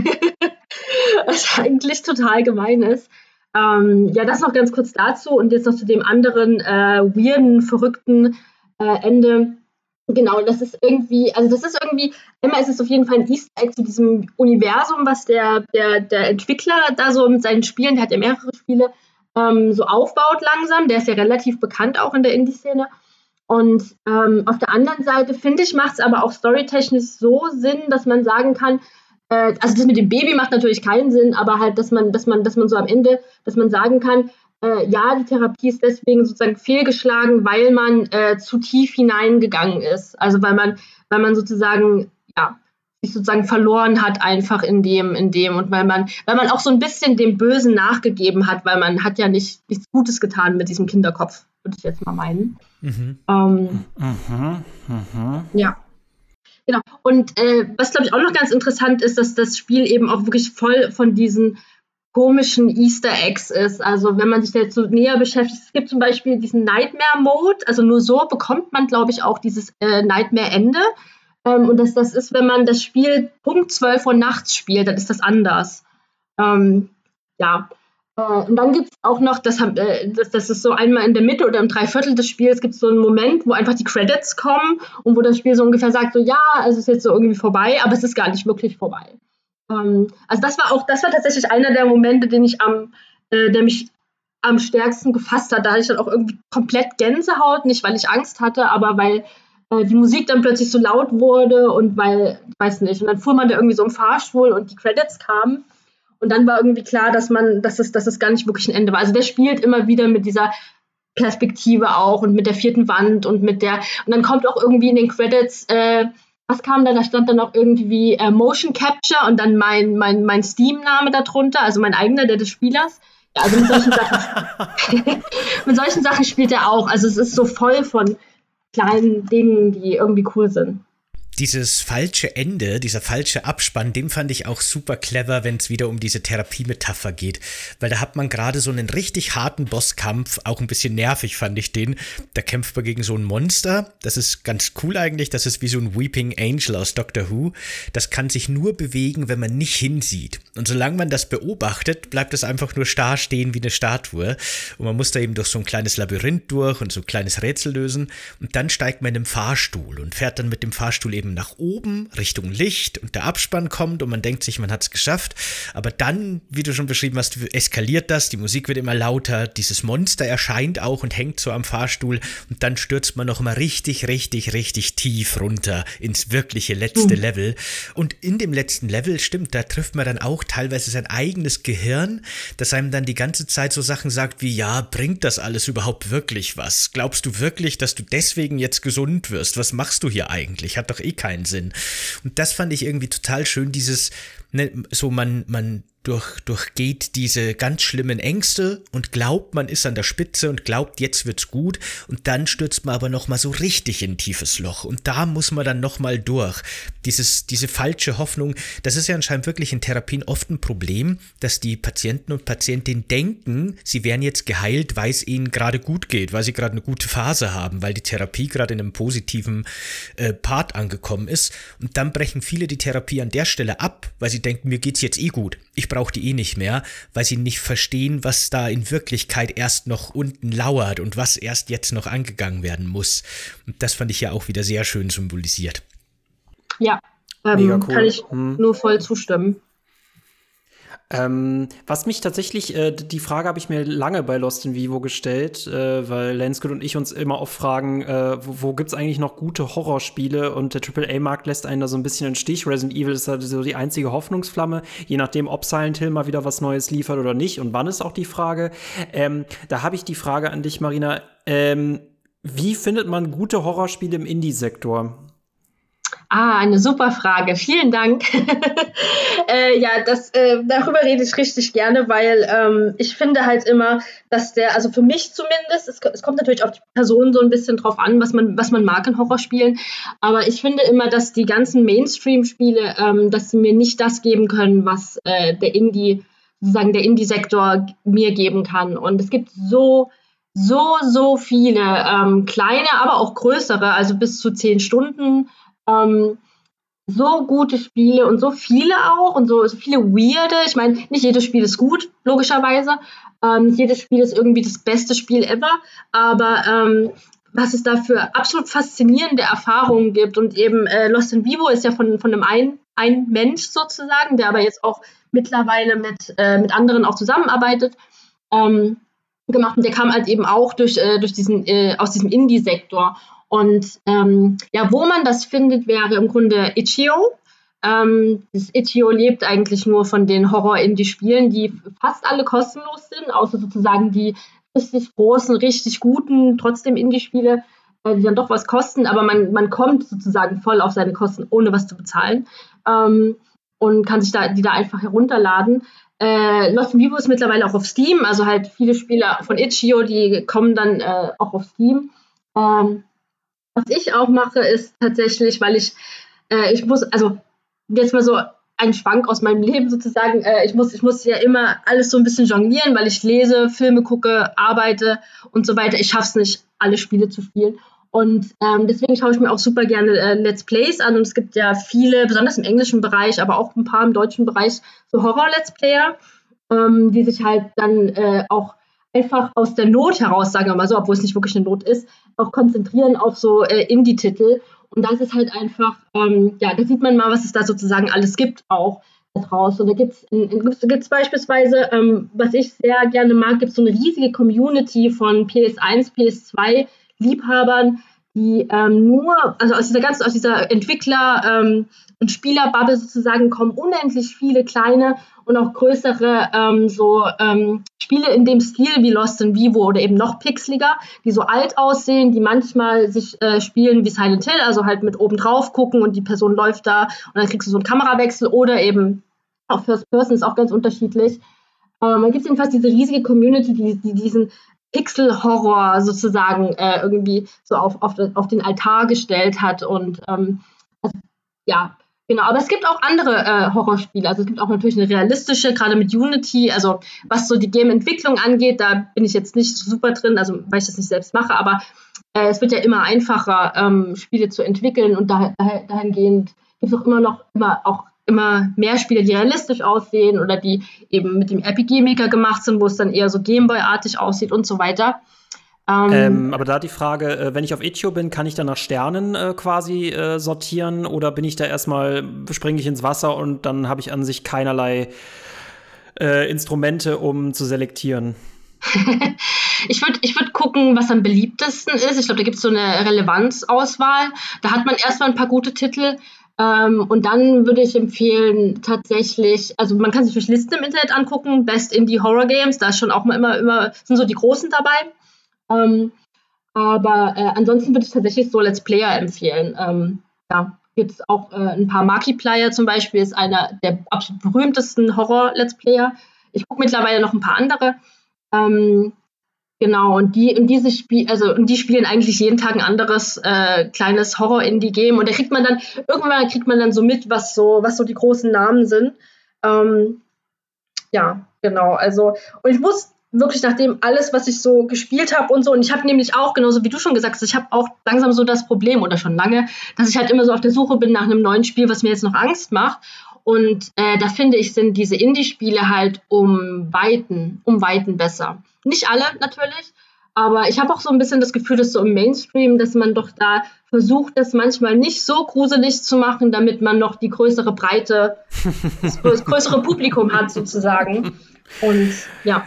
Was eigentlich total gemein ist. Ähm, ja, das noch ganz kurz dazu und jetzt noch zu dem anderen äh, weirden, verrückten äh, Ende. Genau, das ist irgendwie, also das ist irgendwie, einmal ist es auf jeden Fall ein Easter Egg zu diesem Universum, was der, der, der Entwickler da so mit seinen Spielen, der hat ja mehrere Spiele, ähm, so aufbaut langsam. Der ist ja relativ bekannt auch in der Indie-Szene. Und ähm, auf der anderen Seite, finde ich, macht es aber auch storytechnisch so Sinn, dass man sagen kann, äh, also das mit dem Baby macht natürlich keinen Sinn, aber halt, dass man, dass man, dass man so am Ende, dass man sagen kann, äh, ja, die Therapie ist deswegen sozusagen fehlgeschlagen, weil man äh, zu tief hineingegangen ist. Also weil man, weil man sozusagen, ja, sich sozusagen verloren hat einfach in dem, in dem und weil man, weil man auch so ein bisschen dem Bösen nachgegeben hat, weil man hat ja nicht, nichts Gutes getan mit diesem Kinderkopf, würde ich jetzt mal meinen. Mhm. Ähm, mhm. Mhm. Ja. Genau. Und äh, was, glaube ich, auch noch ganz interessant ist, dass das Spiel eben auch wirklich voll von diesen komischen Easter Eggs ist. Also wenn man sich da jetzt so näher beschäftigt, es gibt zum Beispiel diesen Nightmare-Mode, also nur so bekommt man, glaube ich, auch dieses äh, Nightmare-Ende. Ähm, und das, das ist, wenn man das Spiel Punkt zwölf Uhr nachts spielt, dann ist das anders. Ähm, ja. Und dann gibt es auch noch, das, das, das ist so einmal in der Mitte oder im Dreiviertel des Spiels, gibt es so einen Moment, wo einfach die Credits kommen und wo das Spiel so ungefähr sagt, so ja, es ist jetzt so irgendwie vorbei, aber es ist gar nicht wirklich vorbei. Ähm, also das war auch, das war tatsächlich einer der Momente, den ich am, äh, der mich am stärksten gefasst hat. Da hatte ich dann auch irgendwie komplett Gänsehaut, nicht weil ich Angst hatte, aber weil äh, die Musik dann plötzlich so laut wurde und weil, ich weiß nicht, und dann fuhr man da irgendwie so im Fahrstuhl und die Credits kamen. Und dann war irgendwie klar, dass man, dass es, dass es gar nicht wirklich ein Ende war. Also der spielt immer wieder mit dieser Perspektive auch und mit der vierten Wand und mit der, und dann kommt auch irgendwie in den Credits, äh, was kam da? Da stand dann auch irgendwie äh, Motion Capture und dann mein, mein, mein Steam-Name darunter, also mein eigener, der des Spielers. Ja, also mit solchen Sachen, mit solchen Sachen spielt er auch. Also es ist so voll von kleinen Dingen, die irgendwie cool sind. dieses falsche Ende, dieser falsche Abspann, den fand ich auch super clever, wenn es wieder um diese Therapiemetapher geht. Weil da hat man gerade so einen richtig harten Bosskampf, auch ein bisschen nervig fand ich den. Da kämpft man gegen so ein Monster. Das ist ganz cool eigentlich. Das ist wie so ein Weeping Angel aus Doctor Who. Das kann sich nur bewegen, wenn man nicht hinsieht. Und solange man das beobachtet, bleibt es einfach nur starr stehen wie eine Statue. Und man muss da eben durch so ein kleines Labyrinth durch und so ein kleines Rätsel lösen. Und dann steigt man in den Fahrstuhl und fährt dann mit dem Fahrstuhl eben nach oben, Richtung Licht, und der Abspann kommt und man denkt sich, man hat es geschafft. Aber dann, wie du schon beschrieben hast, eskaliert das, die Musik wird immer lauter, dieses Monster erscheint auch und hängt so am Fahrstuhl und dann stürzt man noch mal richtig, richtig, richtig tief runter ins wirkliche letzte mhm. Level. Und in dem letzten Level, stimmt, da trifft man dann auch teilweise sein eigenes Gehirn, das einem dann die ganze Zeit so Sachen sagt wie, ja, bringt das alles überhaupt wirklich was? Glaubst du wirklich, dass du deswegen jetzt gesund wirst? Was machst du hier eigentlich? Hat doch eh keinen Sinn. Und das fand ich irgendwie total schön, dieses, ne, so man, man durch, durchgeht diese ganz schlimmen Ängste und glaubt, man ist an der Spitze und glaubt, jetzt wird's gut, und dann stürzt man aber nochmal so richtig in ein tiefes Loch und da muss man dann nochmal durch. Dieses, diese falsche Hoffnung, das ist ja anscheinend wirklich in Therapien oft ein Problem, dass die Patienten und Patientinnen denken, sie wären jetzt geheilt, weil es ihnen gerade gut geht, weil sie gerade eine gute Phase haben, weil die Therapie gerade in einem positiven äh, Part angekommen ist, und dann brechen viele die Therapie an der Stelle ab, weil sie denken, mir geht's jetzt eh gut. Ich brauche die eh nicht mehr, weil sie nicht verstehen, was da in Wirklichkeit erst noch unten lauert und was erst jetzt noch angegangen werden muss. Und das fand ich ja auch wieder sehr schön symbolisiert. Ja, ähm, cool. Kann ich hm. nur voll zustimmen. Ähm, was mich tatsächlich, äh, die Frage habe ich mir lange bei Lost in Vivo gestellt, äh, weil Landscut und ich uns immer oft fragen, äh, wo, wo gibt's eigentlich noch gute Horrorspiele, und der Triple A-Markt lässt einen da so ein bisschen im Stich. Resident Evil ist halt so die einzige Hoffnungsflamme, je nachdem, ob Silent Hill mal wieder was Neues liefert oder nicht, und wann ist auch die Frage. Ähm, da habe ich die Frage an dich, Marina, ähm, wie findet man gute Horrorspiele im Indie-Sektor? Ah, eine super Frage. Vielen Dank. äh, ja, das, äh, darüber rede ich richtig gerne, weil ähm, ich finde halt immer, dass der, also für mich zumindest, es, es kommt natürlich auf die Person so ein bisschen drauf an, was man, was man mag in Horrorspielen, aber ich finde immer, dass die ganzen Mainstream-Spiele, ähm, dass sie mir nicht das geben können, was äh, der Indie, sozusagen der Indie-Sektor mir geben kann. Und es gibt so so, so viele ähm, kleine, aber auch größere, also bis zu zehn Stunden, Ähm, so gute Spiele und so viele auch und so, so viele weirde. Ich meine, nicht jedes Spiel ist gut, logischerweise. Ähm, jedes Spiel ist irgendwie das beste Spiel ever. Aber ähm, was es da für absolut faszinierende Erfahrungen gibt, und eben äh, Lost in Vivo ist ja von, von einem ein, ein Mensch sozusagen, der aber jetzt auch mittlerweile mit, äh, mit anderen auch zusammenarbeitet, ähm, gemacht. Und der kam halt eben auch durch, äh, durch diesen, äh, aus diesem Indie-Sektor. Und ähm, ja, wo man das findet, wäre im Grunde itch punkt io. Ähm, das itch punkt io lebt eigentlich nur von den Horror-Indie-Spielen, die fast alle kostenlos sind, außer sozusagen die richtig großen, richtig guten, trotzdem Indie-Spiele, äh, die dann doch was kosten, aber man, man kommt sozusagen voll auf seine Kosten, ohne was zu bezahlen, ähm, und kann sich da, die da einfach herunterladen. Äh, Lost in Vivo ist mittlerweile auch auf Steam, also halt viele Spiele von itch punkt io, die kommen dann äh, auch auf Steam. Ähm, Was ich auch mache, ist tatsächlich, weil ich, äh, ich muss, also jetzt mal so ein Schwank aus meinem Leben sozusagen, äh, ich muss, ich muss ja immer alles so ein bisschen jonglieren, weil ich lese, Filme gucke, arbeite und so weiter. Ich schaffe es nicht, alle Spiele zu spielen. Und ähm, deswegen schaue ich mir auch super gerne äh, Let's Plays an. Und es gibt ja viele, besonders im englischen Bereich, aber auch ein paar im deutschen Bereich, so Horror-Let's Player, ähm, die sich halt dann äh, auch einfach aus der Not heraus, sagen wir mal so, obwohl es nicht wirklich eine Not ist, auch konzentrieren auf so äh, Indie-Titel. Und das ist halt einfach, ähm, ja, da sieht man mal, was es da sozusagen alles gibt auch da draußen. Und da gibt es beispielsweise, ähm, was ich sehr gerne mag, gibt es so eine riesige Community von P S eins, P S zwei Liebhabern, die ähm, nur, also aus dieser ganzen, aus dieser Entwickler- ähm, und Spielerbubble sozusagen kommen unendlich viele kleine und auch größere ähm, so ähm, Spiele in dem Stil wie Lost in Vivo oder eben noch pixeliger, die so alt aussehen, die manchmal sich äh, spielen wie Silent Hill, also halt mit oben drauf gucken und die Person läuft da und dann kriegst du so einen Kamerawechsel, oder eben auch First Person, ist auch ganz unterschiedlich. Ähm, dann gibt es jedenfalls diese riesige Community, die, die diesen Pixel-Horror sozusagen äh, irgendwie so auf, auf, auf den Altar gestellt hat, und ähm, also ja, genau. Aber es gibt auch andere äh, Horrorspiele. Also es gibt auch natürlich eine realistische, gerade mit Unity. Also was so die Game-Entwicklung angeht, da bin ich jetzt nicht so super drin, also weil ich das nicht selbst mache. Aber äh, es wird ja immer einfacher, ähm, Spiele zu entwickeln. Und da, da, dahingehend gibt es auch immer noch immer auch immer mehr Spiele, die realistisch aussehen oder die eben mit dem R P G-Maker gemacht sind, wo es dann eher so Gameboy-artig aussieht und so weiter. Ähm, ähm, aber da die Frage, äh, wenn ich auf itch punkt io bin, kann ich dann nach Sternen äh, quasi äh, sortieren oder bin ich da erstmal, springe ich ins Wasser und dann habe ich an sich keinerlei äh, Instrumente, um zu selektieren? Ich würde ich würd gucken, was am beliebtesten ist. Ich glaube, da gibt es so eine Relevanzauswahl. Da hat man erstmal ein paar gute Titel. Ähm, und dann würde ich empfehlen, tatsächlich, also man kann sich durch Listen im Internet angucken, Best Indie Horror Games, da ist schon auch mal immer, immer, sind so die Großen dabei. Ähm, aber äh, ansonsten würde ich tatsächlich so Let's Player empfehlen. Ähm, ja, gibt es auch äh, ein paar Markiplier zum Beispiel, ist einer der absolut berühmtesten Horror-Let's Player. Ich gucke mittlerweile noch ein paar andere. Ähm, Genau, und die, und diese Spiel, also, und die spielen eigentlich jeden Tag ein anderes äh, kleines Horror-Indie-Game. Und da kriegt man dann, irgendwann kriegt man dann so mit, was so, was so die großen Namen sind. Ähm, ja, genau. Also, und ich muss wirklich nachdem alles, was ich so gespielt habe und so, und ich habe nämlich auch, genauso wie du schon gesagt hast, ich habe auch langsam so das Problem, oder schon lange, dass ich halt immer so auf der Suche bin nach einem neuen Spiel, was mir jetzt noch Angst macht. Und äh, da finde ich, sind diese Indie-Spiele halt um Weiten, um Weiten besser. Nicht alle natürlich, aber ich habe auch so ein bisschen das Gefühl, dass so im Mainstream, dass man doch da versucht, das manchmal nicht so gruselig zu machen, damit man noch die größere Breite, das, das größere Publikum hat sozusagen. Und ja.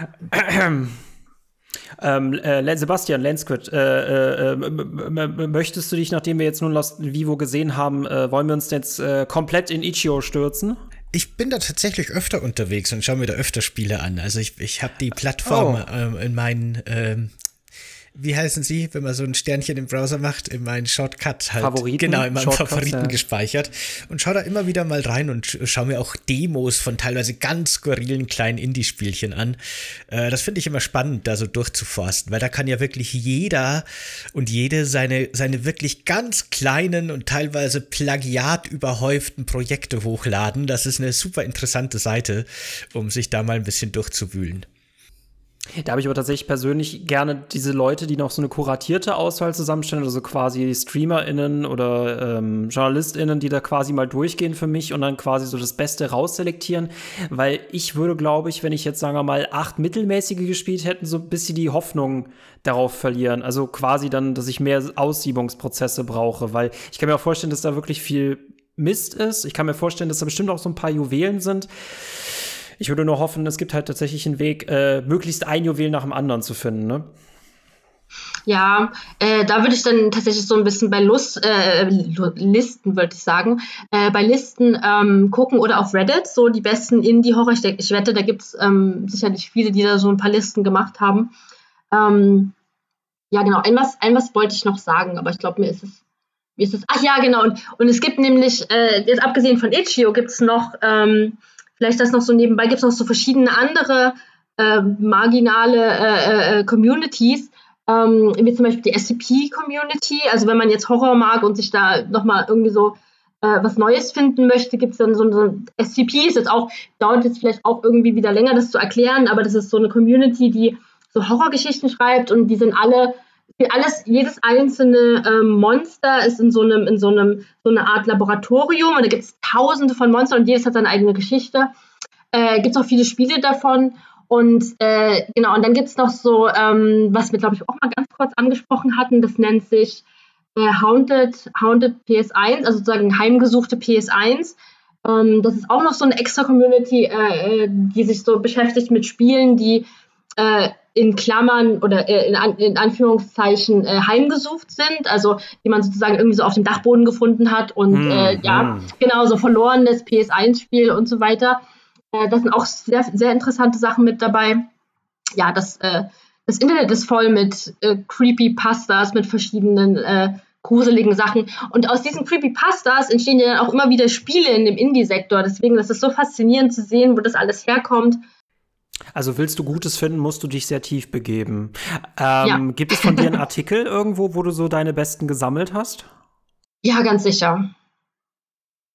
Ähm, äh, Sebastian, Lansquid, äh, äh, möchtest du dich, nachdem wir jetzt nun Lost in Vivo gesehen haben, äh, wollen wir uns jetzt äh, komplett in itch punkt io stürzen? Ich bin da tatsächlich öfter unterwegs und schaue mir da öfter Spiele an. Also ich, ich habe die Plattform oh. ähm, in meinen, ähm, wie heißen sie, wenn man so ein Sternchen im Browser macht, in meinen Shortcut halt. Favoriten? Genau, in meinen Shortcuts, Favoriten ja. gespeichert. Und schaue da immer wieder mal rein und schaue mir auch Demos von teilweise ganz skurrilen kleinen Indie-Spielchen an. Äh, das finde ich immer spannend, da so durchzuforsten, weil da kann ja wirklich jeder und jede seine, seine wirklich ganz kleinen und teilweise plagiatüberhäuften Projekte hochladen. Das ist eine super interessante Seite, um sich da mal ein bisschen durchzuwühlen. Da habe ich aber tatsächlich persönlich gerne diese Leute, die noch so eine kuratierte Auswahl zusammenstellen, also quasi StreamerInnen oder ähm, JournalistInnen, die da quasi mal durchgehen für mich und dann quasi so das Beste rausselektieren, weil ich würde, glaube ich, wenn ich jetzt, sagen wir mal, acht mittelmäßige gespielt hätten, so ein bisschen die Hoffnung darauf verlieren. Also quasi dann, dass ich mehr Aussiebungsprozesse brauche, weil ich kann mir auch vorstellen, dass da wirklich viel Mist ist. Ich kann mir vorstellen, dass da bestimmt auch so ein paar Juwelen sind. Ich würde nur hoffen, es gibt halt tatsächlich einen Weg, äh, möglichst ein Juwel nach dem anderen zu finden, ne? Ja, äh, da würde ich dann tatsächlich so ein bisschen bei Lust, äh, Listen, würde ich sagen, äh, bei Listen ähm, gucken oder auf Reddit, so die besten Indie-Horror. Ich, ich wette, da gibt es ähm, sicherlich viele, die da so ein paar Listen gemacht haben. Ähm, ja, genau, ein was, ein was wollte ich noch sagen, aber ich glaube, mir ist es, mir ist es, ach ja, genau, und, und es gibt nämlich, äh, jetzt abgesehen von itch punkt io, gibt es noch, ähm, vielleicht das noch so nebenbei, gibt es noch so verschiedene andere äh, marginale äh, äh, Communities, ähm, wie zum Beispiel die S C P-Community. Also wenn man jetzt Horror mag und sich da nochmal irgendwie so äh, was Neues finden möchte, gibt es dann so, so ein S C P, ist jetzt auch, dauert jetzt vielleicht auch irgendwie wieder länger, das zu erklären, aber das ist so eine Community, die so Horrorgeschichten schreibt und die sind alle, alles, jedes einzelne ähm, Monster ist in so einem, in so einem, so eine Art Laboratorium und da gibt es tausende von Monstern und jedes hat seine eigene Geschichte. Äh, gibt es auch viele Spiele davon und äh, genau, und dann gibt es noch so, ähm, was wir glaube ich auch mal ganz kurz angesprochen hatten, das nennt sich äh, Haunted, Haunted P S eins, also sozusagen heimgesuchte P S eins. Ähm, das ist auch noch so eine extra Community, äh, die sich so beschäftigt mit Spielen, die äh, in Klammern oder äh, in, An- in Anführungszeichen äh, heimgesucht sind, also die man sozusagen irgendwie so auf dem Dachboden gefunden hat und mm, äh, ja, mm. genau, so verlorenes P S eins Spiel und so weiter. Äh, das sind auch sehr, sehr interessante Sachen mit dabei. Ja, das, äh, das Internet ist voll mit äh, Creepypastas, mit verschiedenen äh, gruseligen Sachen. Und aus diesen Creepypastas entstehen ja dann auch immer wieder Spiele in dem Indie-Sektor. Deswegen, das ist so faszinierend zu sehen, wo das alles herkommt. Also willst du Gutes finden, musst du dich sehr tief begeben. Ähm, ja. Gibt es von dir einen Artikel irgendwo, wo du so deine Besten gesammelt hast? Ja, ganz sicher.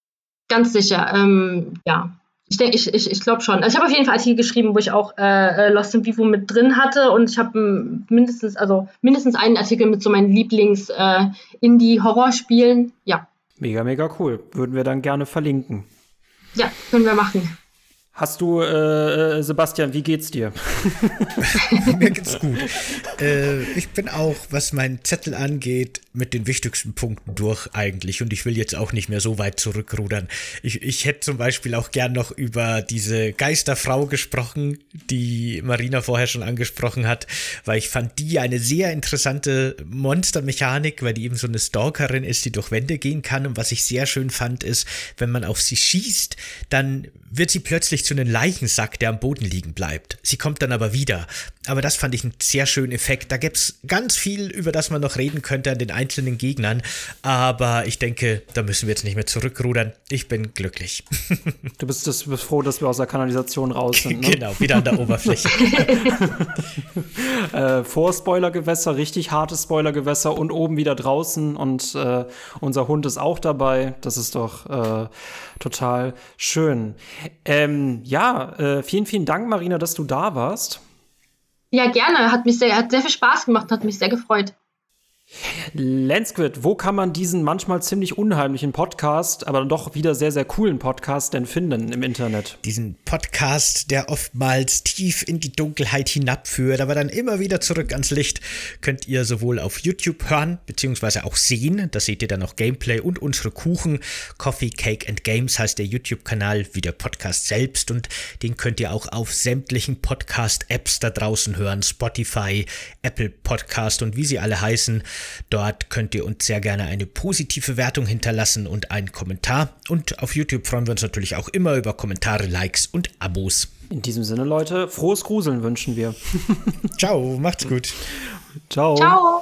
ganz sicher. Ähm, ja, ich denke, ich, ich, ich glaube schon. Also ich habe auf jeden Fall Artikel geschrieben, wo ich auch äh, Lost in Vivo mit drin hatte und ich habe mindestens, also mindestens einen Artikel mit so meinen Lieblings-Indie-Horrorspielen. Äh, ja. Mega, mega cool. Würden wir dann gerne verlinken. Ja, können wir machen. Hast du, äh, Sebastian, wie geht's dir? Mir geht's gut. Äh, ich bin auch, was meinen Zettel angeht, mit den wichtigsten Punkten durch eigentlich. Und ich will jetzt auch nicht mehr so weit zurückrudern. Ich, ich hätte zum Beispiel auch gern noch über diese Geisterfrau gesprochen, die Marina vorher schon angesprochen hat, weil ich fand die eine sehr interessante Monstermechanik, weil die eben so eine Stalkerin ist, die durch Wände gehen kann. Und was ich sehr schön fand, ist, wenn man auf sie schießt, dann wird sie plötzlich zu einem Leichensack, der am Boden liegen bleibt. Sie kommt dann aber wieder. Aber das fand ich einen sehr schönen Effekt. Da gibt's ganz viel, über das man noch reden könnte an den einzelnen Gegnern. Aber ich denke, da müssen wir jetzt nicht mehr zurückrudern. Ich bin glücklich. Du bist, das, bist froh, dass wir aus der Kanalisation raus sind, ne? Genau, wieder an der Oberfläche. äh, vor Spoilergewässer, richtig hartes Spoilergewässer und oben wieder draußen. Und äh, unser Hund ist auch dabei. Das ist doch äh, total schön. Ähm, ja, äh, vielen, vielen Dank, Marina, dass du da warst. Ja, gerne. Hat mich sehr, hat sehr viel Spaß gemacht, hat mich sehr gefreut. Lensquid, wo kann man diesen manchmal ziemlich unheimlichen Podcast, aber doch wieder sehr, sehr coolen Podcast denn finden im Internet? Diesen Podcast, der oftmals tief in die Dunkelheit hinabführt, aber dann immer wieder zurück ans Licht, könnt ihr sowohl auf YouTube hören, beziehungsweise auch sehen. Da seht ihr dann auch Gameplay und unsere Kuchen. Coffee, Cake and Games heißt der YouTube-Kanal, wie der Podcast selbst. Und den könnt ihr auch auf sämtlichen Podcast-Apps da draußen hören. Spotify, Apple Podcast und wie sie alle heißen. Dort könnt ihr uns sehr gerne eine positive Wertung hinterlassen und einen Kommentar. Und auf YouTube freuen wir uns natürlich auch immer über Kommentare, Likes und Abos. In diesem Sinne, Leute, frohes Gruseln wünschen wir. Ciao, macht's gut. Ciao. Ciao.